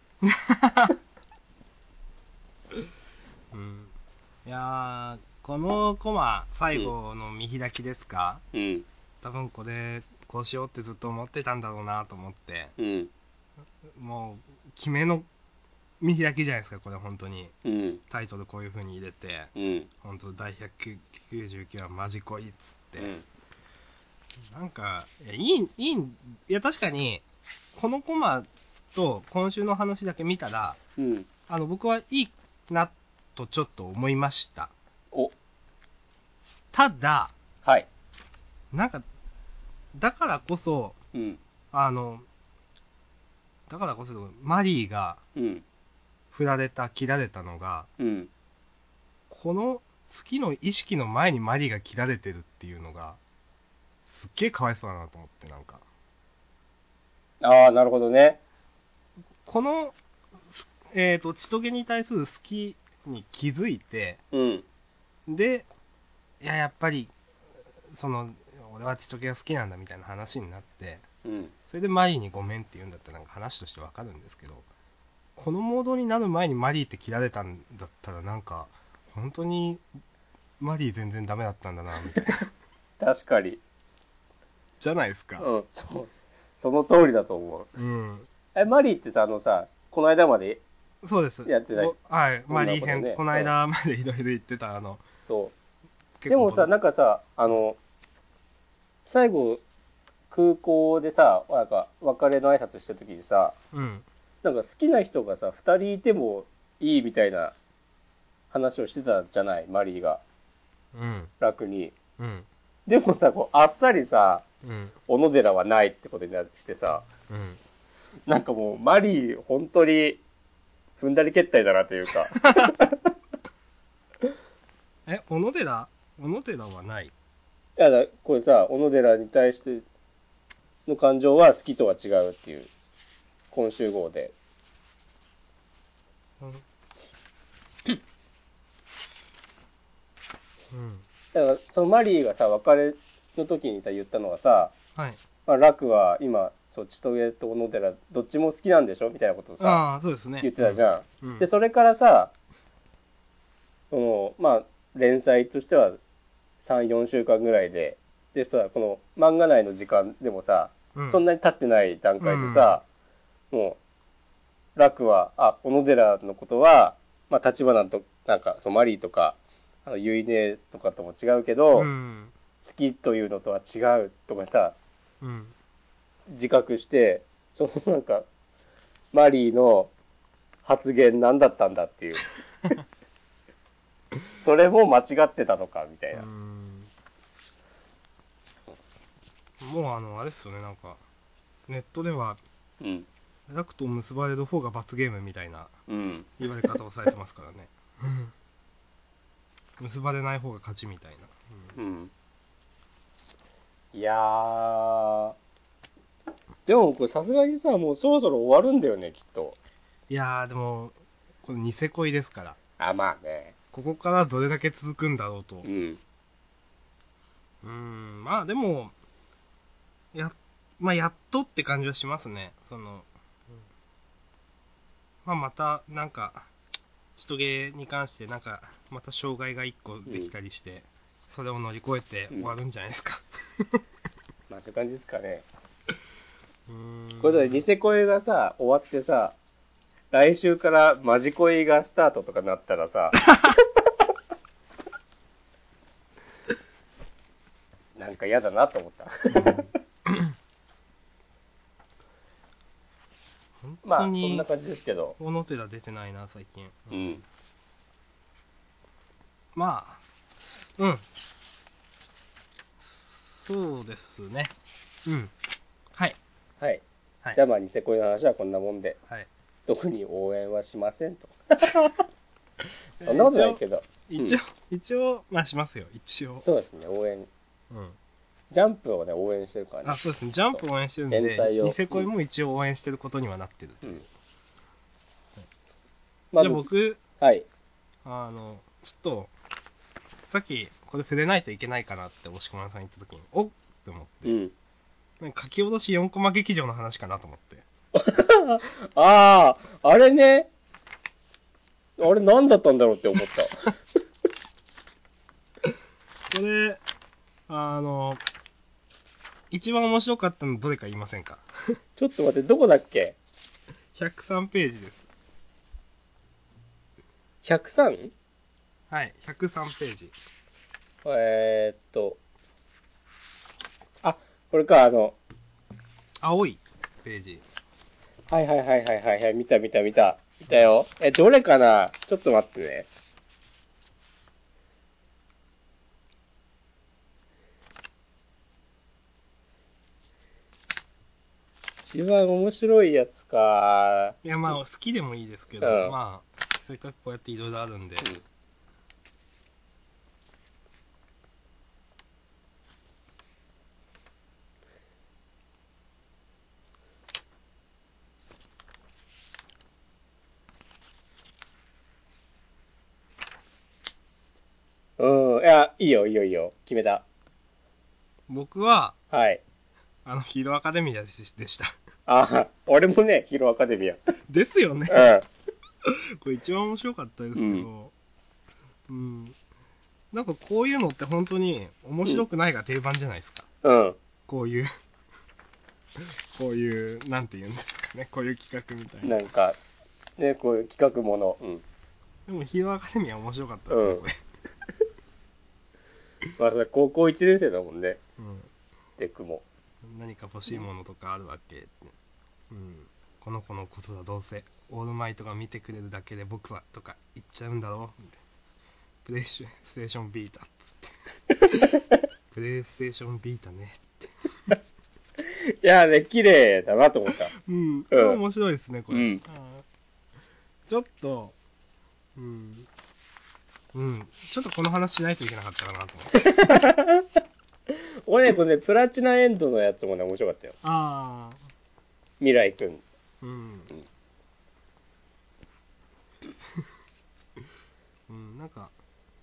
うん、いやこのコマ最後の見開きですか、うん、多分これこうしようってずっと思ってたんだろうなと思って、うん、もう決めの見開きじゃないですかこれ本当に、うん、タイトルこういう風に入れて、うん、本当第ひゃくきゅうじゅうきゅうわマジ恋っつって、うん、なんかいやいいいいいや確かにこのコマと今週の話だけ見たら、うん、あの僕はいいなとちょっと思いました。おただ、はい、なんかだからこそ、うん、あのだからこそマリーが振られた、切られたのが、うん、この月の意識の前にマリーが切られてるっていうのがすっげえかわいそうだなと思って、なんかああなるほどね。 このえっ、ー、と千棘に対する好きに気づいて、うん、でいややっぱりその俺は千棘が好きなんだみたいな話になって、うん、それでマリーにごめんって言うんだったらなんか話としてわかるんですけど、このモードになる前にマリーって切られたんだったらなんか本当にマリー全然ダメだったんだなみたいな確かにじゃないですか。 うん、そうその通りだと思う。うん、えマリーってさあのさこの間までそうですやってた、 はい、マリー編、この間までいろいろ言ってたあのそうでもさなんかさあの最後空港でさなんか別れの挨拶した時にさ、うん、なんか好きな人がさふたりいてもいいみたいな話をしてたじゃないマリーが、うん、楽に、うん、でもさこうあっさりさ、うん、小野寺はないってことにしてさ、うん、なんかもうマリー本当に踏んだり蹴ったりだなというかえ小野寺小野寺はない。いやだこれさ小野寺に対しての感情は好きとは違うっていう今週号で、うんうん、だからそのマリーがさ別れの時にさ言ったのはさ、はい、まあ、楽は今そう千棘と小野寺どっちも好きなんでしょみたいなことをさあそうです、ね、 言ってたじゃん、うんうん、でそれからさそのまあ連載としては さん,よん 週間ぐらいででさこの漫画内の時間でもさ、うん、そんなに経ってない段階でさ、うん、もう楽はあ小野寺のことはまあ立花となんかそうマリーとかあの結姉とかとも違うけど、うん、好きというのとは違うとかさ、うん、自覚してそのなんかマリーの発言何だったんだっていうそれも間違ってたのかみたいな。うーん、 もうあのあれっすよね、なんかネットでは、うん、ラクと結ばれる方が罰ゲームみたいな言われ方をされてますからね、うん、結ばれない方が勝ちみたいな、うんうん、 いやーでもこれさすがにさもうそろそろ終わるんだよねきっと。 いやーでもこれニセ恋ですから。 あ、まあね。 ここからどれだけ続くんだろうと。うん。うーん、まあでも、や、まあやっとって感じはしますね。その、うん、まあまた、なんか、ちとげに関して、なんか、また障害がいっこできたりして、うん、それを乗り越えて終わるんじゃないですか。 うん、まあそういう感じですかね。うーん。これでニセ恋がさ、終わってさ、来週からマジ恋がスタートとかなったらさ、なんか嫌だなと思った。まあそんな感じですけど。 小野寺出てないな最近。うん。まあ、うん。そうですね。うん。はい。 はい。はい、じゃあまあニセ恋の話はこんなもんで、はい、特に応援はしませんと。そんなことないけど。 一応、うん、一応、まあしますよ、一応。 そうですね、応援。うん。ジャンプをね、応援してるからね。 あ、そうですね、ジャンプを応援してるんで、全体をニセ恋も一応応援してることにはなってるという。うん、まあ、じゃあ僕、はい。あの、ちょっと、さっきこれ触れないといけないかなって押し込まんさん言った時に、おっって思って、うん、書き下ろしよんコマ劇場の話かなと思って。 ああ、あれね。あれ何だったんだろうって思った。 これ、あの、一番面白かったのどれか言いませんか？ ちょっと待って、どこだっけ？ ひゃくさん ページです。 ひゃくさん？ はい、ひゃくさんページ。 えー、っと、あ、これか、あの、 青いページ。 はいはいはいはいはい、はい、見た見た見た。見たよ。え、どれかな？ちょっと待ってね。一番面白いやつか。 いや、まあ、好きでもいいですけど、うん、まあ、せっかくこうやっていろいろあるんで。 うん、うん、いや、いいよいいよいいよ。決めた。 僕は、 はい。 あの、ヒーローアカデミアでした。 ああ、俺もね、ヒーローアカデミア。 ですよね。うん。これ一番面白かったですけど、うん、うん。なんかこういうのって本当に面白くないが定番じゃないですか。うん。こういう、こういう、なんて言うんですかね、こういう企画みたいな。 なんか、ね、こういう企画もの。うん。 でもヒーローアカデミア面白かったですね、うん、これ。 まあそれ高校いちねん生だもんね。うん。デクも。 何か欲しいものとかあるわけって。うん。この子のことだどうせ。オールマイトが見てくれるだけで僕はとか言っちゃうんだろうみたいな。プレイステーションビータっつって。プレイステーションビータねって。 いやね、綺麗だなと思った。 うん。うん、面白いですね、これ。うん、ちょっと、うん。うん。ちょっとこの話しないといけなかったかなと思って。 俺ね、これね、プラチナエンドのやつもね、面白かったよ。ああ。未来くん。うん。うん、 うん、なんか、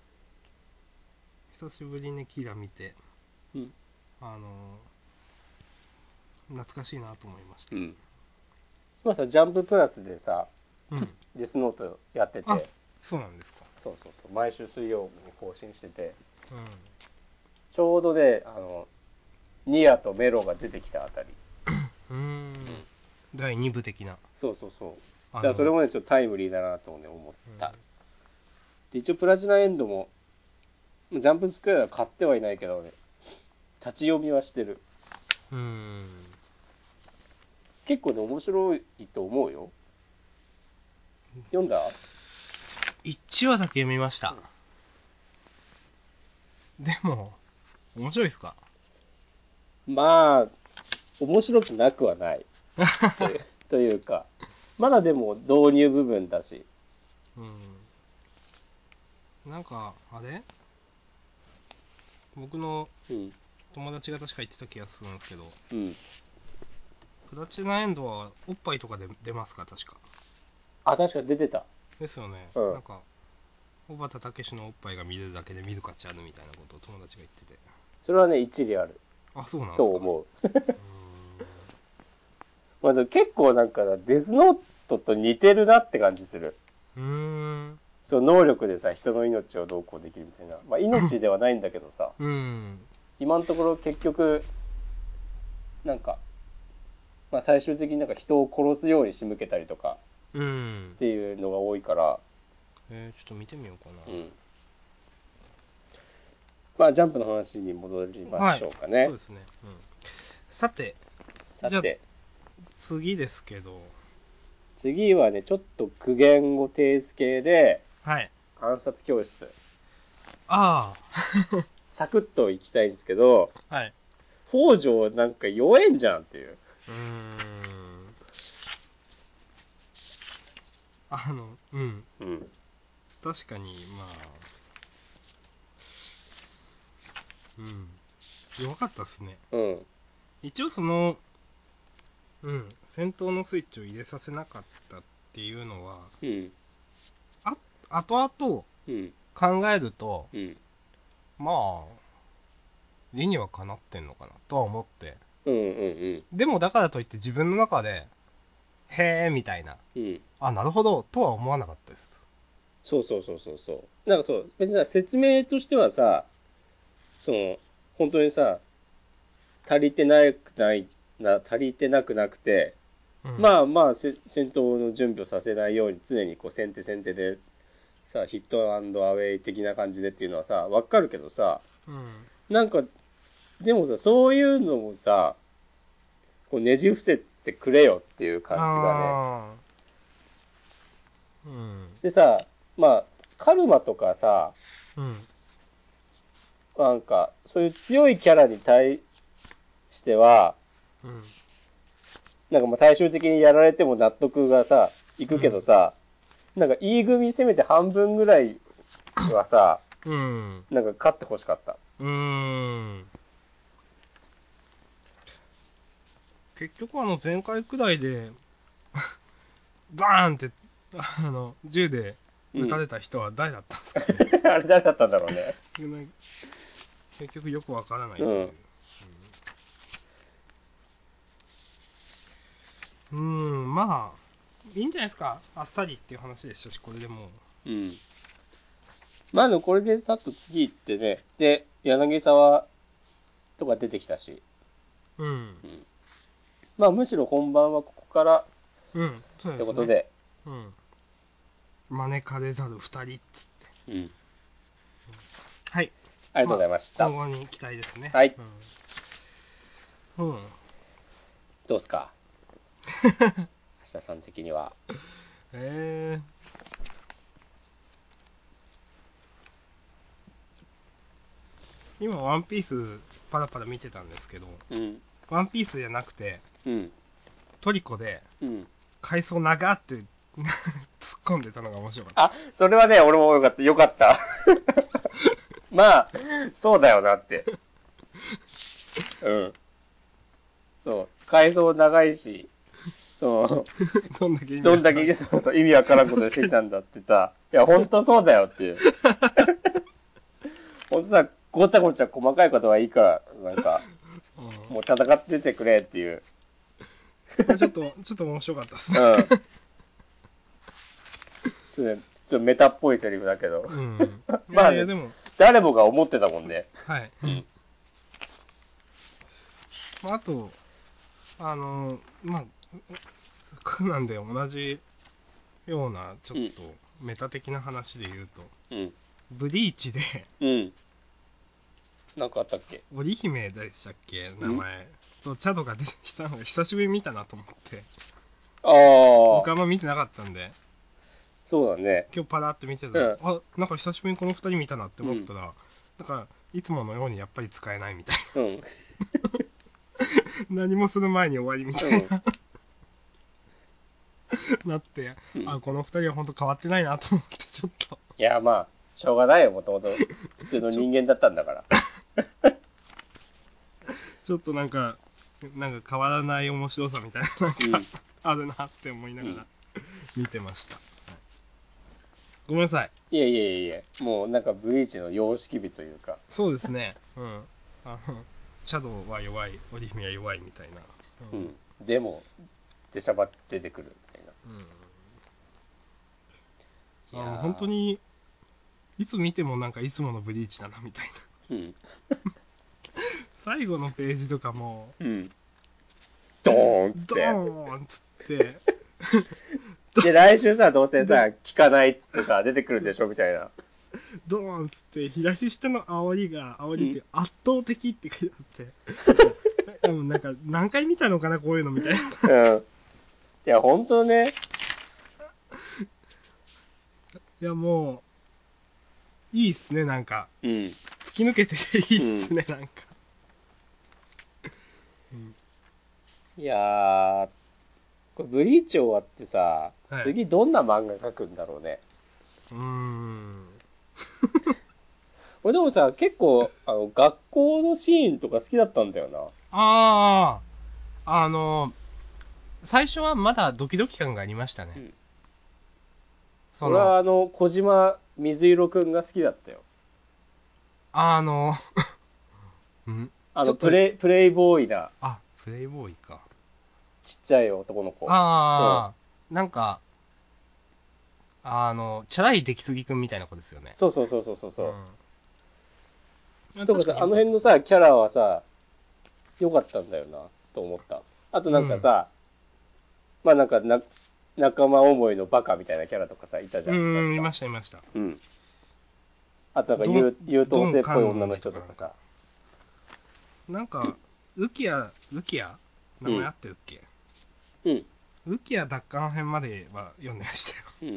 久しぶりにキラ見て、うん、あのー、懐かしいなと思いました。うん。 今さ、ジャンププラスでさ、うん、デスノートやってて。あ、 そうなんですか。 そうそうそう。毎週水曜に更新してて。うん。ちょうどね、あの、ニアとメロが出てきたあたり。 うーん。うん、だいに部的な。 そうそうそう。だからそれもね、ちょっとタイムリーだなと、ね、思った。うん、で一応プラチナエンドも、ジャンプスクエアは買ってはいないけどね、立ち読みはしてる。うーん。結構ね、面白いと思うよ。 読んだ？ いちわだけ読みました。でも面白いですか？ まあ面白くなくはないという、というか、まだでも導入部分だし、 うん、なんかあれ僕の友達が確か言ってた気がするんですけど、うん、プラチナエンドはおっぱいとかで出ますか？確か。 あ、確か出てた。 ですよね、うん、なんか小畑武史のおっぱいが見れるだけで見る価値あるみたいなことを友達が言ってて、 それはね一理ある。 あ、そうなんですか。 と思う。まあ、結構なんかデスノートと似てるなって感じする。うーん、そう、能力でさ人の命をどうこうできるみたいな、まあ、命ではないんだけどさ、うん、今のところ結局なんか、まあ、最終的になんか人を殺すように仕向けたりとかっていうのが多いから、 うん、えー、ちょっと見てみようかな。うん、 まあジャンプの話に戻りましょうかね。はい、 そうですね、うん、さてさて次ですけど、 次はねちょっと苦言語テース系で、 はい、 暗殺教室。 ああサクッといきたいんですけど、はい、北条なんか弱えんじゃんっていう。うーん、 あのうん、うん、確かにまあうん弱かったっすね。うん、一応そのうん戦闘のスイッチを入れさせなかったっていうのは、うん、あ後々考えると、うん、まあ理にはかなってんのかなとは思って、うんうんうん、でもだからといって自分の中でへーみたいな、うん、あ、なるほどとは思わなかったです。 そうそうそうそうそう。なんかそう別にさ説明としてはさ、その本当にさ足りてなくないな足りてなくなくて、うん、まあまあ戦闘の準備をさせないように常にこう先手先手でさヒットアンドアウェイ的な感じでっていうのはさ分かるけどさ、うん、なんかでもさそういうのもさこうねじ伏せてくれよっていう感じがね、うん、でさまあカルマとかさ、うん、なんかそういう強いキャラに対しては、うん、なんかまあ最終的にやられても納得がさいくけどさ、うん、なんか E 組せめて半分ぐらいはさ、うん、なんか勝ってほしかった。うーん、 結局あの前回くらいでバーンってあの銃で撃たれた人は誰だったんですかね、 うん、あれ誰だったんだろうね結局よくわからないという、うんうーん、まあいいんじゃないですか。あっさりっていう話でしたし、これでもう、うん、 まあでもこれでさっと次行ってね、で柳沢とか出てきたし、うん、うん、まあむしろ本番はここから、うん、そうですね、ってことで、 うん、招かれざる二人っつって、うん、はい、 ありがとうございました。 まあ、今後に期待ですね。 はい、うん、うん、どうすか橋田さん的には。 えー今ワンピースパラパラ見てたんですけど、うん、ワンピースじゃなくて、うん、トリコで、うん、階層長って突っ込んでたのが面白かった。 あ、それはね俺もよかったよかったまあそうだよなってうんそう階層長いしそうどんだけ意味どんだけそうそう意味わからんことしてきたんだってさいや本当そうだよっていう本当さごちゃごちゃ細かいことはいいからなんか、うん、もう戦っててくれっていうちょっとちょっと面白かったっすね、 うん、ちょっとねちょっとメタっぽいセリフだけど、うん、まあね、いやいやでも誰もが思ってたもんね。 はい、うん、まあ、あとあのまあクなんで同じようなちょっとメタ的な話で言うと、うん、ブリーチで、うん、 なんかあったっけ？ 織姫でしたっけ名前とチャドが出てきたのが久しぶりに見たなと思って、ああ僕あんま見てなかったんで、 そうだね。 今日パラって見てたら、うん、あ、なんか久しぶりにこのふたり見たなって思ったら、うん、なんかいつものようにやっぱり使えないみたいな、うん、何もする前に終わりみたいな、うん、なって、うん、あ、このふたりは本当変わってないなと思ってちょっと。 いや、まあしょうがないよ、もともと普通の人間だったんだからちょっとなんかなんか変わらない面白さみたいななんか、うん、あるなって思いながら見てました、はい、ごめんなさい。 いやいやいやいや、もうなんかブリーチの様式美というか。 そうですね、うん、あのシャドウは弱い、オリヒメは弱いみたいな、 うん、うん、でも出しゃばって出てくるみたいな、 うん、あの本当にいつ見てもなんかいつものブリーチだなみたいな、うん、最後のページとかも、うん、 ドーンっつってドーンっつってで来週さどうせさ聞かないっつってさ出てくるでしょみたいな、 ドーンっつって左下の煽りが煽りって圧倒的って書いてあって、うん、なんか何回見たのかなこういうのみたいな、うん、いや本当ね、 いやもういいっすね、なんか、うん、突き抜けていいっすね、うん、なんか、 うん、いやーこれブリーチ終わってさ、はい、次どんな漫画描くんだろうね。うーん俺でもさ結構あの学校のシーンとか好きだったんだよな。 あああの最初はまだドキドキ感がありましたね、うん、 そ俺はあの小島水色くんが好きだったよ。 あのんあのプレイプレイボーイな、 あプレイボーイか、 ちっちゃい男の子。 ああ、うん、なんかあのチャラい出来すぎくんみたいな子ですよね。 そうそうそうそうそうそう、うん、とかさあの辺のさキャラはさ良かったんだよなと思った。あとなんかさ、うん、まあなんかな仲間思いのバカみたいなキャラとかさいたじゃん。 うん、いましたいました。うん。 あとなんか優優等生っぽい女の人とかさ。 なんかウキヤウキヤ名前あってるっけ？うん。ウキヤ奪還編までは読んでましたよ。うん。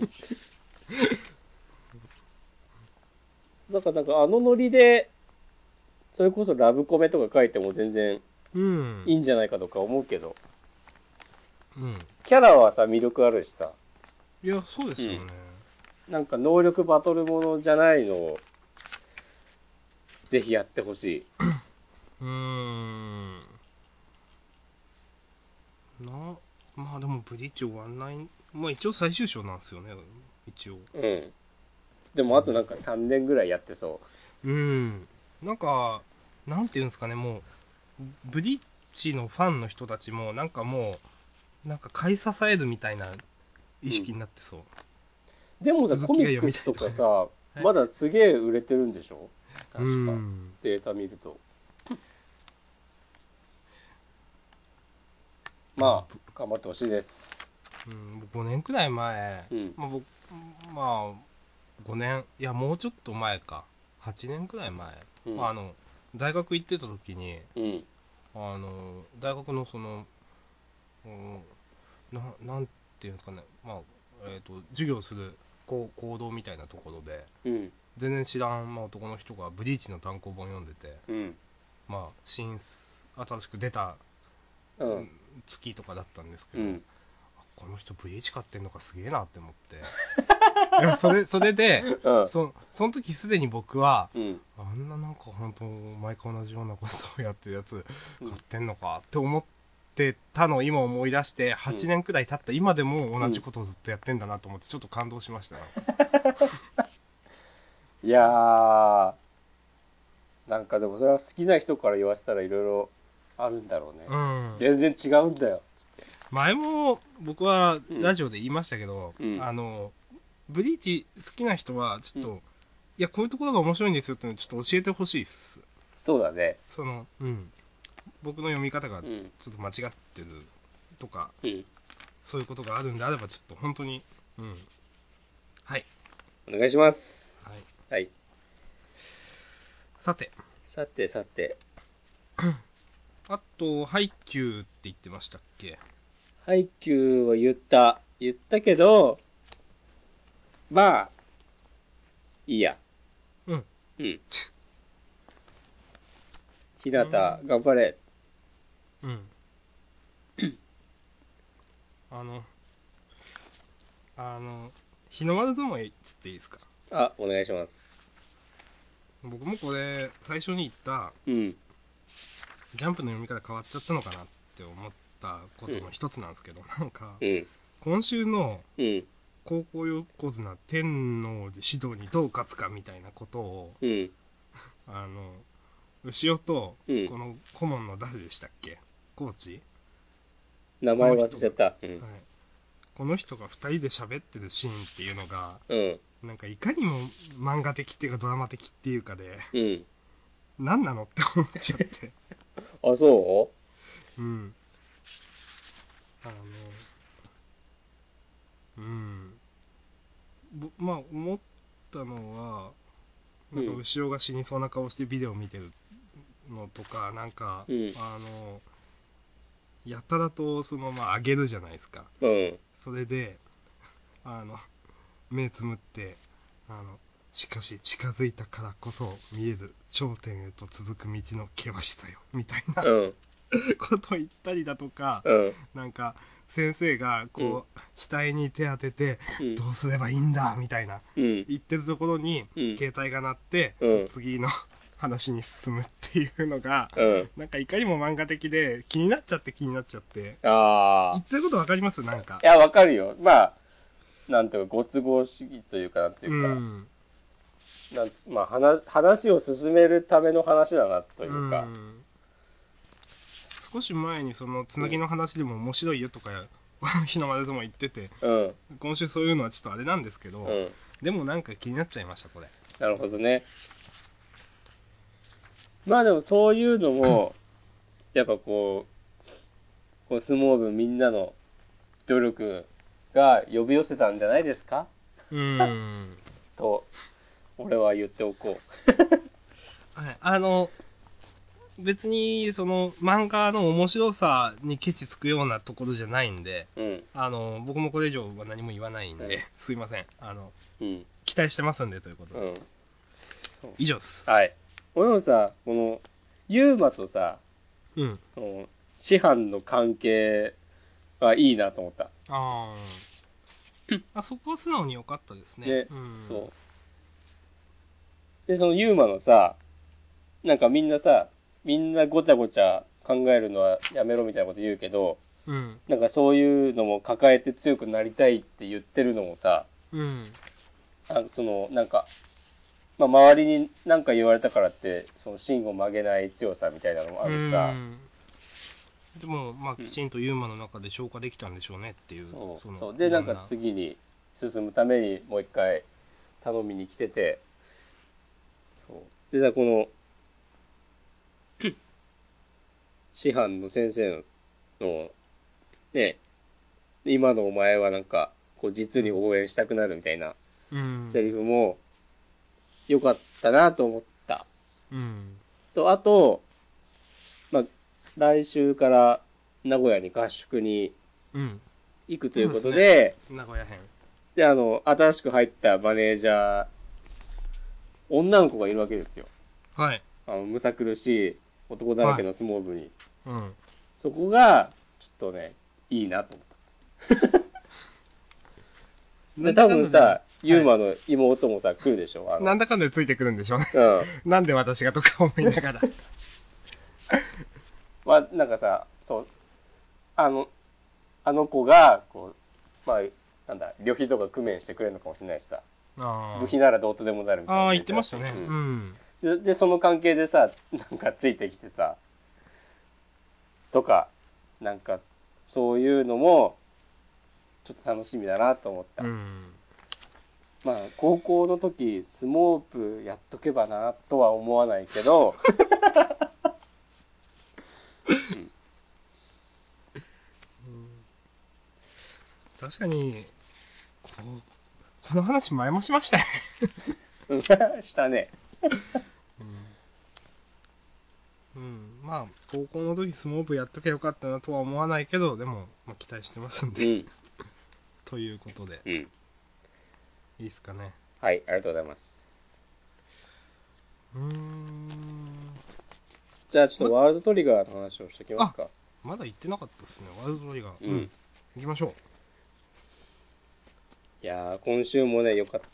なんかなんかあのノリでそれこそラブコメとか書いても全然いいんじゃないかとか思うけど。うん。キャラはさ魅力あるしさ。 いやそうですよね、 うん。なんか能力バトルものじゃないのをぜひやってほしい。うーん。 な、まあでもブリーチ終わんない。まあ一応最終章なんですよね、一応。 うん。でもあとなんかさんねんぐらいやってそう。 うん。なんか、なんていうんですかね、もう、ブリーチのファンの人たちも、なんかもう、なんか買い支えるみたいな意識になってそう。 うん、でもさ、コミックスとかさ、はい、まだすげえ売れてるんでしょ確か。データ見ると。まあ、頑張ってほしいです。 うん、ごねんくらい前、うん、まあ、僕、まあ、ごねん、いや、もうちょっと前か。はちねんくらい前。うん、まあ、あの、大学行ってた時に、うん、あの、大学のその、うん、な, なんていうんですかね、まあ、えっ、ー、と、授業する行動みたいなところで、うん、全然知らん、まあ、男の人がブリーチの単行本読んでて、うん、まあ、新、新しく出た、うん、月とかだったんですけど、うん、この人 ブイエイチ 買ってんのかすげえなって思っていやそれそれで、うん、そ, その時すでに僕は、うん、あんななんか本当毎回同じようなことをやってるやつ買ってんのかって思ってたのを今思い出してはちねんくらい経った今でも同じことをずっとやってんだなと思ってちょっと感動しました、ね、 いやーなんかでもそれは好きな人から言わせたらいろいろあるんだろうね、うん、全然違うんだよつって前も僕はラジオで言いましたけど、うん、あのブリーチ好きな人はちょっと、うん、いやこういうところが面白いんですよっていうのをちょっと教えてほしいです。 そうだね。 その、うん、僕の読み方がちょっと間違ってるとか、うん、そういうことがあるんであればちょっと本当に、うん、はい、 お願いします。はい。はい。 さて。 さてさて。 あとハイキューって言ってましたっけ？ ハイキューは言った言ったけど。 まあ、いいや。 うん。 うん。日向、頑張れ。 うん。あの、あの、日の丸相撲ちょっといいですか？ あ、お願いします。 僕もこれ、最初に言った、 うん。 ジャンプの読み方変わっちゃったのかなって思ったことの一つなんですけど、うん、なんか、うん、今週の、高校横綱天王寺指導にどう勝つかみたいなことを、うん、あの、牛尾と、この顧問の誰でしたっけ？コーチ？ 名前忘れちゃった。 うん、はい。この人がふたりで喋ってるシーンっていうのが、うん、なんかいかにも漫画的っていうかドラマ的っていうかで、うん、何なのって思っちゃって。 あ、そう？うん。あの、うん。まあ、思ったのは、なんか後ろが死にそうな顔してビデオを見てるのとか、なんか、うん、あの、やたらとそのまあ上げるじゃないですか。うん、それで、あの、目つむって、あの、しかし近づいたからこそ見える頂点へと続く道の険しさよみたいな、うん、ことを言ったりだとか、うん、なんか先生がこう、うん、額に手当てて、うん、どうすればいいんだみたいな、うん、言ってるところに、うん、携帯が鳴って、うん、次の話に進むっていうのが、うん、なんかいかにも漫画的で気になっちゃって気になっちゃって。あ、言ってることわかります？なんか、 いや、わかるよ。まあなんていうかご都合主義というかなんていうか、うん、なんてまあ 話, 話を進めるための話だなというか、うん、 少し前にそのつなぎの話でも面白いよとか、うん、日の丸でも言ってて、うん、今週そういうのはちょっとあれなんですけど、うん、でもなんか気になっちゃいましたこれ。 なるほどね。まあでもそういうのもやっぱこうこう相撲部みんなの努力が呼び寄せたんじゃないですか？うーんと俺は言っておこう。はい、あの別にその漫画の面白さにケチつくようなところじゃないんで、うん、あの僕もこれ以上は何も言わないんで、うん、すいません、あの、うん、期待してますんでということで、うん、以上です。 はい。俺もさ、このユーマとさ、うん、師範の関係はいいなと思った。ああ、そこは素直に良かったですね。ね、うん、そう。で、そのユーマのさ、なんかみんなさ、みんなごちゃごちゃ考えるのはやめろみたいなこと言うけど、うん、なんかそういうのも抱えて強くなりたいって言ってるのもさ、うん、あそのなんか、まあ、周りに何か言われたからってその芯を曲げない強さみたいなのもあるしさ、 うん、でもまあきちんとユーマの中で消化できたんでしょうねっていう、うん、 そうそのそうでなんか次に進むためにもう一回頼みに来てて、そうでこの師範の先生のね、今のお前はなんかこう実に応援したくなるみたいなセリフも良かったなと思った、うん、とあと、まあ、来週から名古屋に合宿に行くということで、 うん、ね、名古屋編であの新しく入ったマネージャー女の子がいるわけですよ。はい。あのむさ苦しい男だらけの相撲部に、はい、うん、そこがちょっとねいいなと思ったで多分さ、ユーマの妹もさ、はい、来るでしょ。あのなんだかんだでついてくるんでしょうね。うん、なんで私がとか思いながら。 まあなんかさ、そうあのあの子がこうまあなんだ旅費とか工面してくれるのかもしれないしさ。あ部費ならどうとでもなるみたいな。 ああ言ってましたね。うん。 うん、で, でその関係でさなんかついてきてさとかなんかそういうのもちょっと楽しみだなと思った。うん。まあ高校の時相撲部やっとけばなとは思わないけど、うん、 確かにこうこの話前もしましたね。 したね。 うん、うん、まあ高校の時相撲部やっとけばよかったなとは思わないけどでも、まあ、期待してますんで、うん、ということで、うん、 いいっすかね。 はい、ありがとうございます。 うーん。 じゃあちょっとワールドトリガーの話をしておきますか。 まだ言ってなかったですね、ワールドトリガー。 うん。うん、 行きましょう。 いやー、今週もね、良かった。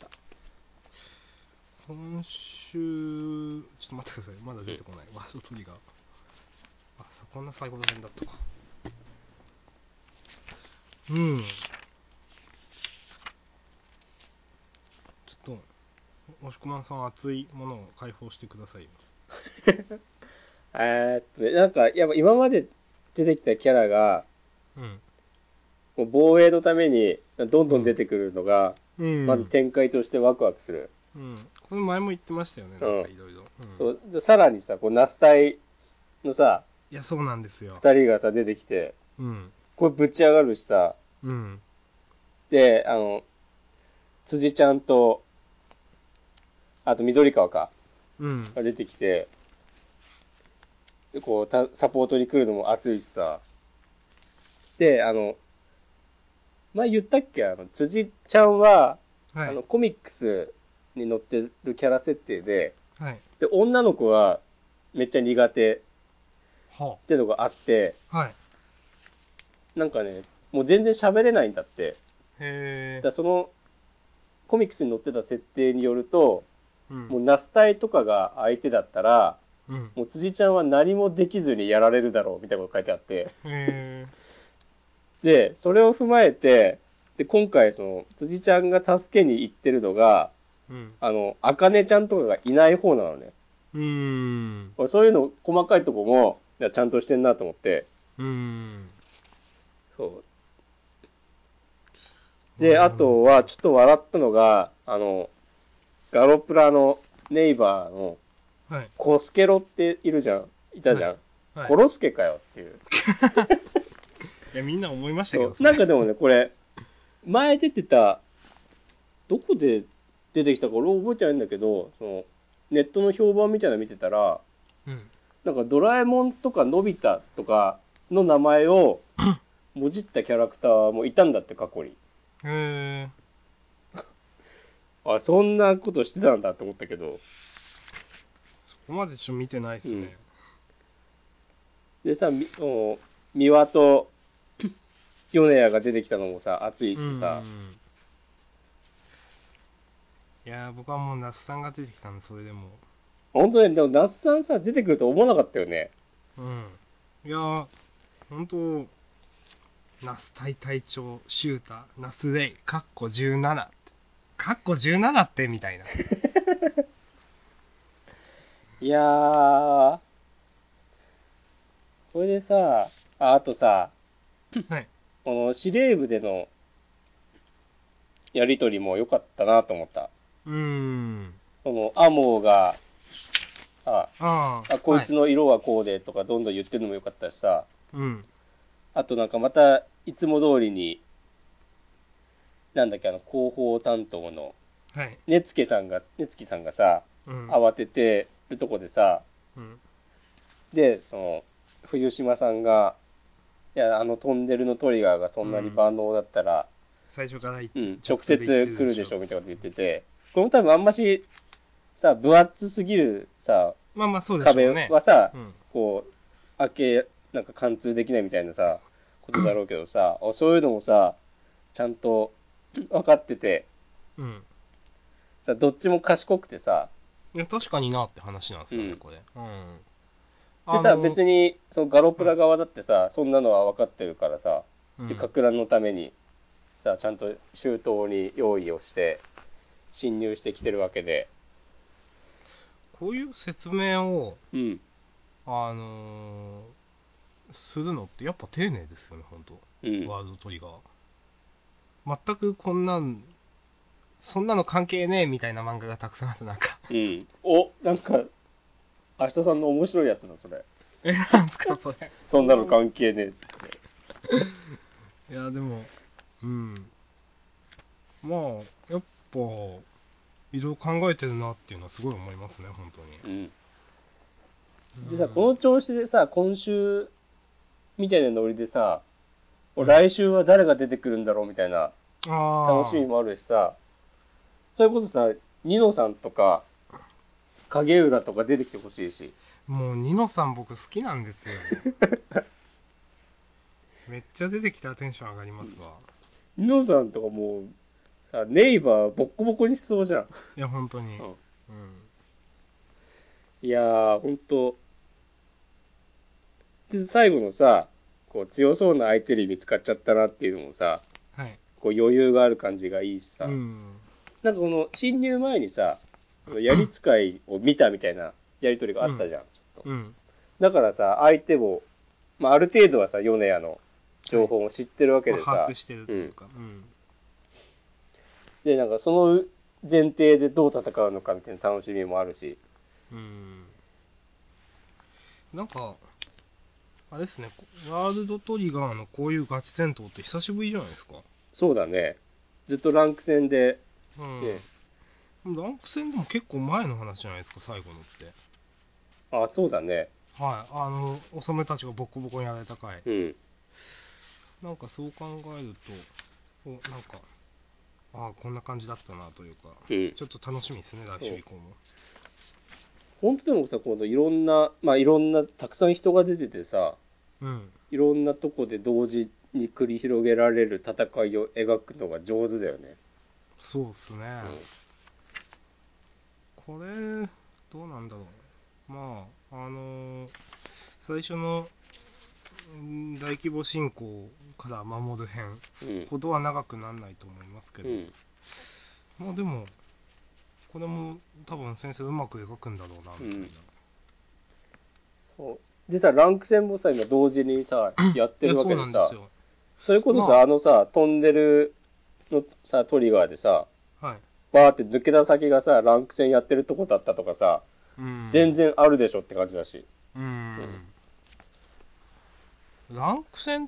今週、ちょっと待ってください。まだ出てこない。うん、ワールドトリガー。あ、こんな最後の辺だったか。うん。ちょっと、押し込まんさん、熱いものを解放してくださいよ。 えーっとね、なんか、やっぱ今まで出てきたキャラが、うん、こう防衛のためにどんどん出てくるのが、うん、まず展開としてワクワクする。 うん。これ前も言ってましたよね、なんかいろいろ。 そう、さらにさ、こうナス隊のさ、 いや、そうなんですよ。 二人がさ、出てきて、うん、これぶち上がるしさ、うん、で、あの、辻ちゃんと、あと緑川か、うん、が出てきて、でこうた、サポートに来るのも熱いしさ、で、あの、前言ったっけあの、辻ちゃんは、はい、あの、コミックスに載ってるキャラ設定で、はい、で、女の子はめっちゃ苦手ってのがあって、はい、なんかね、もう全然喋れないんだって。へー。だその、コミックスに載ってた設定によると、うん、もうナス隊とかが相手だったら、うん、もう辻ちゃんは何もできずにやられるだろうみたいなこと書いてあって。へー。で、それを踏まえて、で、今回その、辻ちゃんが助けに行ってるのが、うん、あの、あかねちゃんとかがいない方なのね。うーん。そういうの、細かいとこも、ちゃんとしてんなと思って。うーん。そう。で、あとは、ちょっと笑ったのが、あの、ガロプラのネイバーの、はい、コスケロっているじゃん。いたじゃん。はいはい、コロスケかよっていう。 いや、みんな思いましたけど、 なんかでもね、これ、前出てた、どこで出てきたか俺覚えてないんだけど、その、ネットの評判みたいなの見てたら、うん、なんかドラえもんとかのび太とかの名前をもじったキャラクターもいたんだって、過去に。へー。あ、そんなことしてたんだと思ったけど。 そこまでちょっと見てないですね。 うん、でさ、み、三輪と米谷が出てきたのもさ、熱いしさ。 いやー、僕はもう那須さんが出てきたんで、それでも。 本当ね、でも那須さんさ、出てくると思わなかったよね。 うん。いやー、本当那須隊隊長、シュータ、那須レイ、カッコじゅうななって。カッコじゅうななってみたいな。 いやー、これでさ、あ、あとさ、はい、この司令部でのやりとりも良かったなと思った。うーん。このアモーが、あああこいつの色はこうでとかどんどん言ってるのも良かったしさ、うん。あとなんかまたいつも通りに、なんだっけあの広報担当の、はい。ねつけさんが、ねつきさんがさ、うん、慌ててるとこでさ、うん、で、その、藤島さんが、いや、あのトンネルのトリガーがそんなに万能だったら、うん、 最初から言って、 うん、直接来るでしょみたいなこと言ってて、これも多分あんまし、さ、分厚すぎるさ、 まあまあそうでしょうね、 壁はさ、うん、こう、開け、なんか貫通できないみたいなさ、ことだろうけどさ、そういうのもさ、ちゃんと分かってて、うん。さ、どっちも賢くてさ、 いや、確かになって話なんですよね、うん、これ。うん。 でさ、別に、そのガロプラ側だってさ、うん、そんなのは分かってるからさ、で、かく乱のために、さ、ちゃんと周到に用意をして、侵入してきてるわけで。 こういう説明を、うん、あのー、するのってやっぱ丁寧ですよね、本当、うん、ワールドトリガー。全くこんなん、そんなの関係ねえみたいな漫画がたくさんあって、なんかうん。お、なんか、明日さんの面白いやつだ、それ。 え、なんすか、それ。 そんなの関係ねえっつって。 いや、でも、うん。まあ、やっぱ、いろいろ考えてるなっていうのはすごい思いますね、本当に。 うん。でさ、この調子でさ、今週みたいなノリでさ、うん、来週は誰が出てくるんだろうみたいな、楽しみもあるしさ、 それこそさ、ニノさんとか影浦とか出てきてほしいし。 もうニノさん僕好きなんですよめっちゃ出てきたらテンション上がりますわ。 ニノさんとかもうさ、ネイバーボッコボコにしそうじゃん。 いや本当に、うんうん、 いやーほんと最後のさ、こう強そうな相手に見つかっちゃったなっていうのもさ、 はい、 こう余裕がある感じがいいしさ、 うん、 なんかこの侵入前にさ、やり使いを見たみたいなやりとりがあったじゃん、うん、ちょっと、うん、だからさ、相手も、まあ、ある程度はさ、米谷の情報を知ってるわけでさ、はい、まあ、 把握してるというか、うんうん、 で、なんかその前提でどう戦うのかみたいな楽しみもあるし、 うん、なんかあれですね、ワールドトリガーのこういうガチ戦闘って久しぶりじゃないですか。 そうだね、ずっとランク戦で、 うん、ね、ランク戦でも結構前の話じゃないですか、最後のって。 あ、そうだね。 はい、あの、おさめたちがボコボコにやられた回。 うん。 なんかそう考えると、お、なんか、ああ、こんな感じだったなというか、うん、ちょっと楽しみですね、来週以降も。 本当でもさ、今度いろんな、まあいろんな、たくさん人が出ててさ、うん、いろんなとこで同時に繰り広げられる戦いを描くのが上手だよね。 そうっすね。うん、これ、どうなんだろう。まあ、あのー、最初の大規模侵攻から守る編ほどは長くならないと思いますけど、うん、まあでもこれも多分先生うまく描くんだろうなみたいな、うん、 そうでさ、ランク戦もさ今同時にさやってるわけでさ、そうなんですよ。それこそさ、 まあ、 あのさトンネルのさトリガーでさ、はい、バーって抜けた先がさランク戦やってるとこだったとかさ、うん、全然あるでしょって感じだし、うん、 うん、ランク戦って、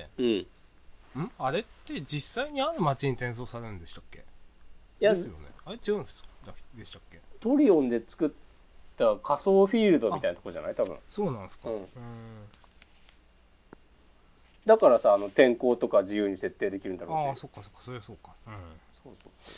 うん、んあれって実際にある街に転送されるんでしたっけ？いやですよね。あれ違うんですでしたっけ？ トリオンで作った仮想フィールドみたいなとこじゃない？多分。 そうなんですか。うん、 だからさ、あの天候とか自由に設定できるんだろうし。 ああ、そっかそっか、それはそうか。うん。そうそうそう。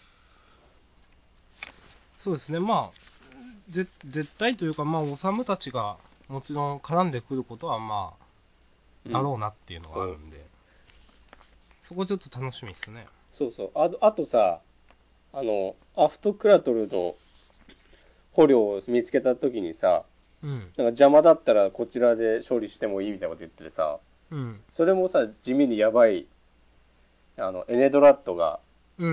そうですね、まあ、ぜ絶対というか、まあ、おさむたちがもちろん絡んでくることは、まあ、だろうなっていうのがあるんで、うん、そ, そこちょっと楽しみですね。 そうそう。あと、あとさ、あの、アフトクラトルの捕虜を見つけたときにさ、うん、なんか邪魔だったらこちらで処理してもいいみたいなこと言っててさ、うん、それもさ、地味にやばい、あの、エネドラットが、ね、うん、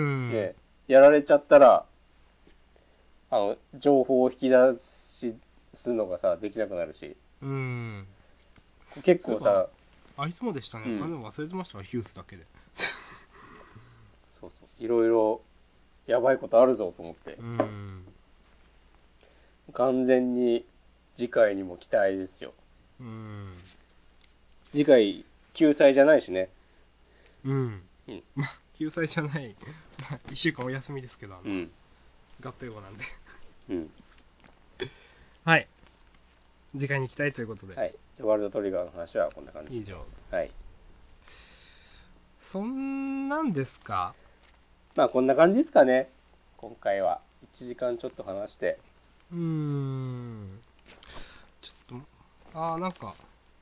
やられちゃったら、あの、情報を引き出しすのがさ、できなくなるし。うん。結構さ、 あいつもでしたね。うん、あ、でも忘れてましたわ、ヒュースだけで。 そうそう。いろいろ、やばいことあるぞと思って。うん。完全に、次回にも期待ですよ。うん。次回、救済じゃないしね。 うん。うん、まあ、救済じゃない。まあ、いっしゅうかんお休みですけど、あの、うん、合併後なんで。うん。はい。次回に期待ということで。 はい。じゃワールドトリガーの話はこんな感じ。 以上。 はい。 そんなんですか？ まあこんな感じですかね。今回はいちじかんちょっと話して。 うーん。ちょっと、ああ、なんか、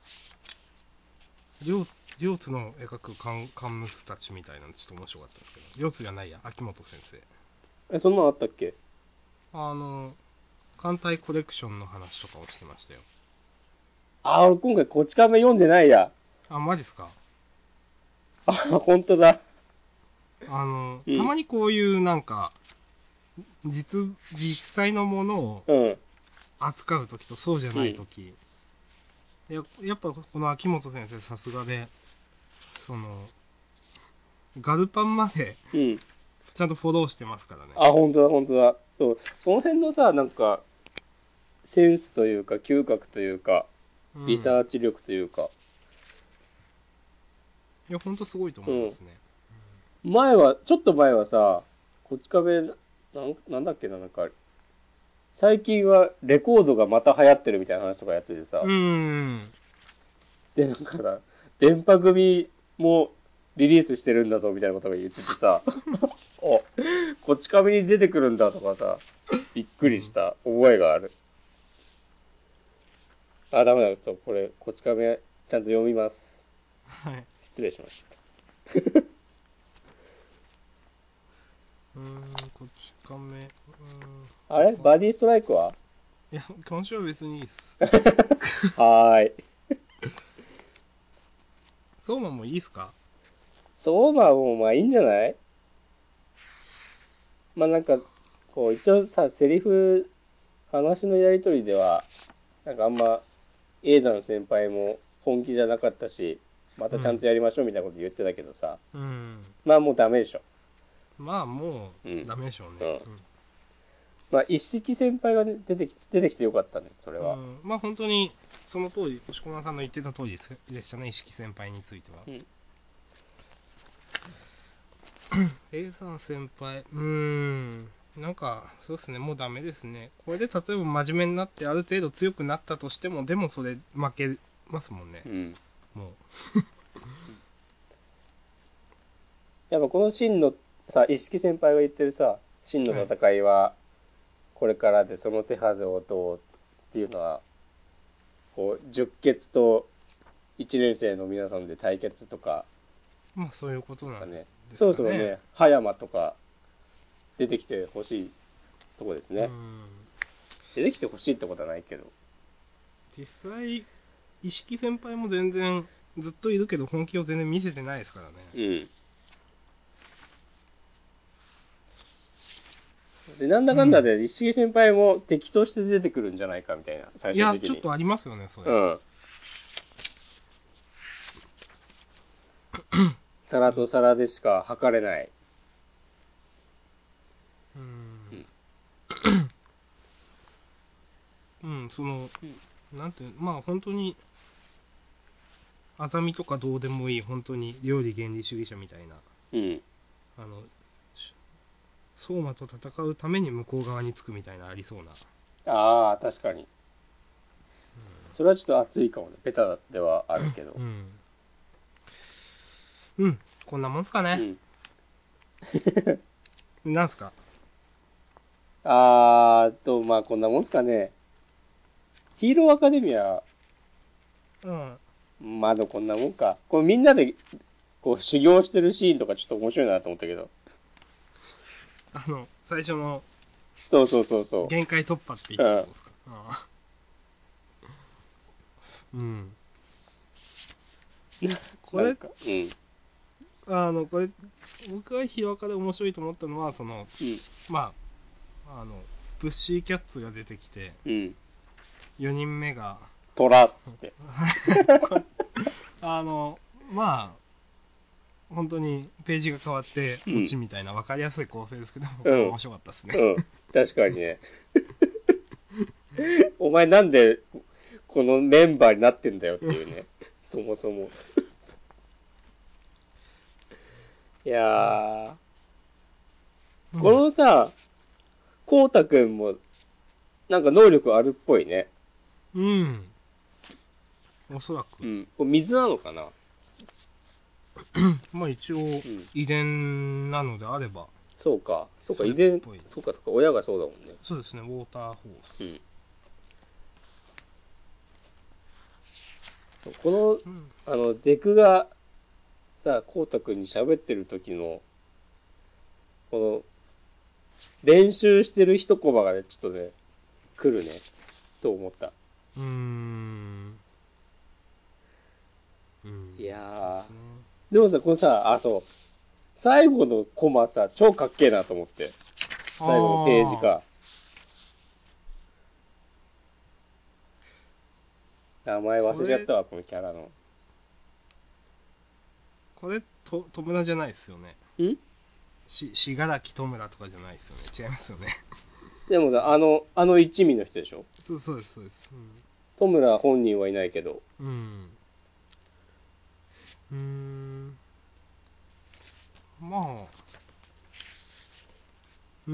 両両津の描くカンカンムスたちみたいなのちょっと面白かったんですけど、両津じゃないや、秋元先生。 え、そんなのあったっけ？ あの、艦隊コレクションの話とかをしてましたよ。 ああ、俺今回こち亀読んでないや。 あ、マジっすか？ あ、本当だ。 あの、うん、たまにこういうなんか、実、実際のものを扱うときとそうじゃないとき、うん、や, やっぱこの秋元先生さすがで、その、ガルパンまで、うん、ちゃんとフォローしてますからね。 あ、本当だ、本当だ。そう。その辺のさ、なんか、センスというか、嗅覚というか、リサーチ力というか。うん、いや、本当すごいと思いますね。 うん、前は、ちょっと前はさ、こち亀、なんなんだっけな、なんか、最近はレコードがまた流行ってるみたいな話とかやっててさ。うん。で、なんかさ、電波組もリリースしてるんだぞみたいなことが言っててさ、お、ここち亀に出てくるんだとかさ、びっくりした覚えがある。あ、ダメだ。とこれ、こち亀、ちゃんと読みます。 はい。 失礼しました。 うーん、こち亀。うーん。 あれバディストライクは？ いや、今週は別にいいっす。 はーい。 相馬もいいっすか？ 相馬もまあいいんじゃない？まあなんか、こう一応さ、セリフ、話のやりとりでは、なんかあんま、永山先輩も本気じゃなかったし、またちゃんとやりましょうみたいなこと言ってたけどさ、 うん。 まあもうダメでしょ。 まあもう、ダメでしょうね。うん。うん、 まあ一色先輩が、ね、出てき出てきてよかったね、それは。 うん、まあ本当に、その通り、押駒さんの言ってた通りでしたね、一色先輩については。うん永山先輩、うーん、なんか、そうですね、もうダメですね。これで例えば真面目になって、ある程度強くなったとしても、でもそれ負けますもんね。うん、もう。 やっぱこの真のさ、一色先輩が言ってるさ、真の戦いは、これからでその手はずをどうっていうのは、こう、十決と一年生の皆さんで対決とか、 まあそういうことなんですかね。 そろそろね、葉山とか出てきてほしいとこですね。うん、出てきてほしいってことはないけど。 実際、一色先輩も全然ずっといるけど本気を全然見せてないですからね。うん。 でなんだかんだで一色先輩も敵として出てくるんじゃないかみたいな、最終的に。 いや、ちょっとありますよね、それ。うん。 皿と皿でしか測れない。 うん。うん、うん、その、うん、なんていう、まあ本当に、あざみとかどうでもいい、本当に料理原理主義者みたいな。うん。あの、相馬と戦うために向こう側につくみたいなありそうな。 ああ、確かに。うん、それはちょっと熱いかもね。ベタではあるけど。うん。 うん、こんなもんすかね。うん、なんすか？ あーと、まあこんなもんすかね。ヒーローアカデミア、うん。まだこんなもんか。これみんなでこう修行してるシーンとかちょっと面白いなと思ったけど。 あの、最初の、 そうそうそうそう。 限界突破って言ったことですか？うん。ああうん。これ、うん、あの、これ、僕がヒロアカで面白いと思ったのは、その、うん、まあ、あの、ブッシーキャッツが出てきて、うん、よにんめが、 トラっつって。 あの、まあ、本当にページが変わってオチみたいな分かりやすい構成ですけど、うん、これ面白かったですね、 うん、確かにね。お前なんでこのメンバーになってんだよっていうね。そもそも。いやー、うん、このさ、こうたくんもなんか能力あるっぽいね。 うん。おそらく。 うん。これ水なのかな？ まあ一応、遺伝なのであれば。 そうか。そうか、遺伝。そうか、そうか。親がそうだもんね。 そうですね、ウォーターホース。 うん、この、うん、あの、デクが、さ、こうたくんに喋ってる時の、この、練習してる一コマがね、ちょっとね、来るね、と思った。うーん。うん、いやー、ね、でもさ、このさ、あ、そう、最後のコマさ、超かっけえなと思って。最後のページか。名前忘れちゃったわ、このキャラの。 これ、と、戸村じゃないですよね。んし、しがらき戸村とかじゃないですよね。違いますよね。 でもさ、あの、あの一味の人でしょ？ そう、そうです、そうです。うん、 戸村本人はいないけど。 うん。うーん。まあ。うん。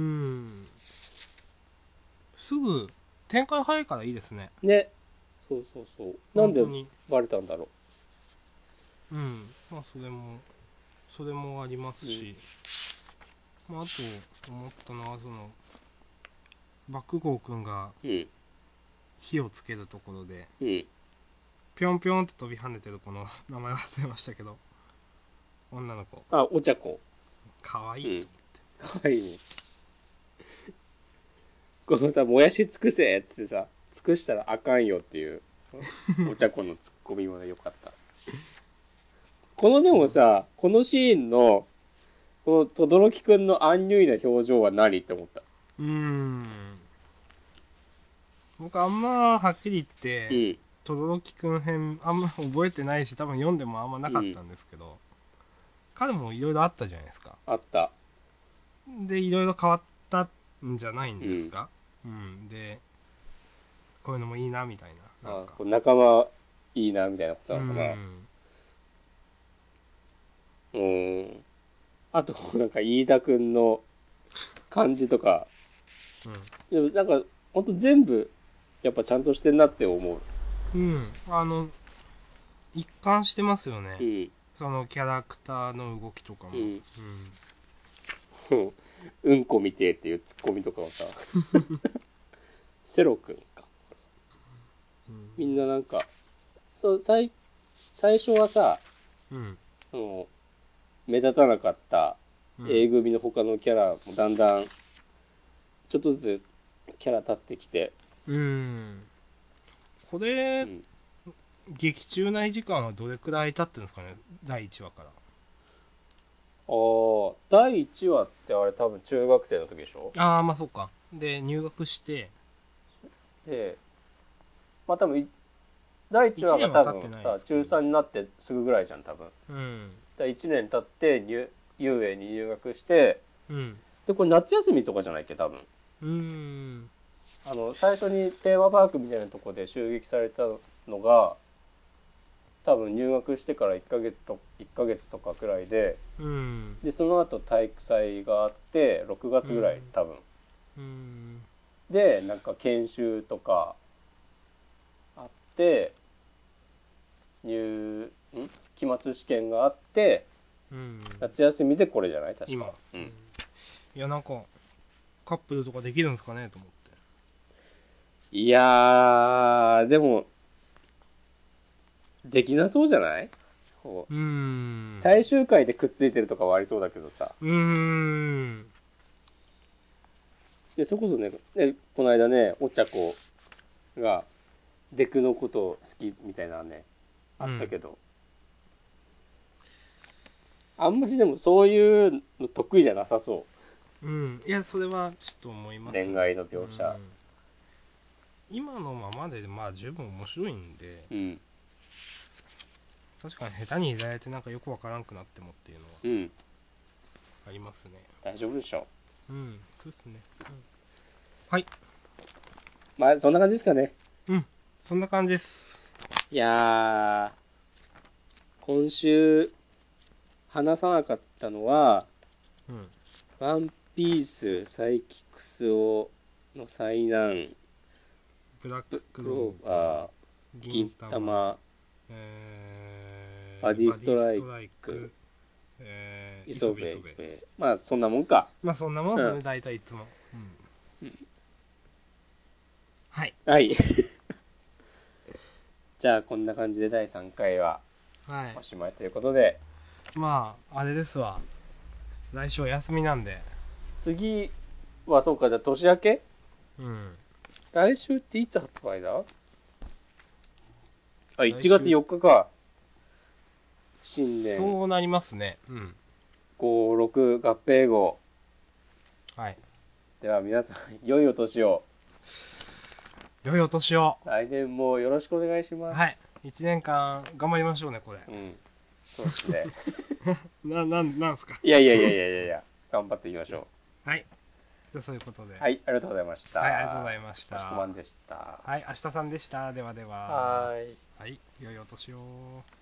すぐ、展開早いからいいですね。 ね。そうそうそう。なんでバレたんだろう。うん。まあ、それも、それもありますし。 まあ、あと思ったのはその爆豪くんが火をつけるところで、うん、ぴょんぴょんって飛び跳ねてる子の名前忘れましたけど、女の子。 あ、お茶子。 かわいい、うん、 かわいいね。このさ、もやし尽くせっつってさ、尽くしたらあかんよっていうお茶子のツッコミもよかった。このでもさ、このシーンのこの轟くんのアンニュイな表情は何って思った。 うーん。僕あんまはっきり言って、轟、うん、くん編あんま覚えてないし、多分読んでもあんまなかったんですけど、うん、彼もいろいろあったじゃないですか。 あった。 で、いろいろ変わったんじゃないんですか。うん、うん、で、こういうのもいいなみたいな。なんかあ、仲間いいなみたいなことなのかな。うん。うんあと、なんか、飯田くんの感じとか、うん、でもなんか、ほんと全部、やっぱちゃんとしてんなって思う。 うん、あの、一貫してますよね。うん、そのキャラクターの動きとかも。うん。 うん、うんこ見てっていうツッコミとかをさ、セロくんか。うん、みんななんか、そう最最初はさ、うん、あの目立たなかった A 組の他のキャラもだんだんちょっとずつキャラ立ってきて、 うん、これ、うん、劇中内時間はどれくらい経ってるんですかね、だいいちわから。 ああ、だいいちわってあれ多分中学生の時でしょ。 ああ、まあそうか。で入学してで、まあ多分だいいちわが多分さ中さんになってすぐぐらいじゃん多分。うん。だいちねん経って遊泳に入学して、うん、でこれ夏休みとかじゃないっけ多分。うーん。あの最初にテーマパークみたいなとこで襲撃されたのが多分入学してからいっかげつといっかげつとかくらいで、うん、でその後体育祭があってろくがつぐらい多分、うん、でなんか研修とかあって入ん期末試験があって、うん、夏休みでこれじゃない確か、うん、 いやなんかカップルとかできるんですかねと思って。 いやーでもできなそうじゃない？うーん最終回でくっついてるとかはありそうだけどさ。うーんでそこそね、ねこの間ねお茶子がデクのこと好きみたいなねあったけど、うん、あんましでもそういうの得意じゃなさそう。 うん、いやそれはちょっと思います、 ね、恋愛の描写、うん、 今のままでまあ十分面白いんで、うん、確かに下手に入れられてなんかよくわからんくなってもっていうのは、うん、ありますね。 大丈夫でしょう。うんそうですね、うん、はいまあそんな感じですかね。 うんそんな感じです。 いやー今週話さなかったのは、うん、ワンピースサイキックス王の災難、 ブラッククローバー、銀玉、えー、 バディストライク、えー、磯部磯部、まあそんなもんか。 まあそんなもんですね、うん、大体いつも、うんうん、はいはいじゃあこんな感じでだいさんかいはおしまいということで、はい、 まああれですわ、来週は休みなんで次はそうか、じゃあ年明け、うん、来週っていつ発売だ？あ、いちがつよっかか。新年。 そうなりますね。うん。 ご、ろく合併号。 はい。 では皆さん、良いお年を。 良いお年を。 来年もよろしくお願いします。 はい。いちねんかん頑張りましょうね、これ。うん。 そうですね。 な、な、なんすか。 いやいやいやいやいやいや、頑張っていきましょう。はい。じゃあそういうことで。 はい、ありがとうございました。 はい、ありがとうございました。 押し込まんでした。 はい、明日さんでした。ではでは。 はい。 はい、良いお年を。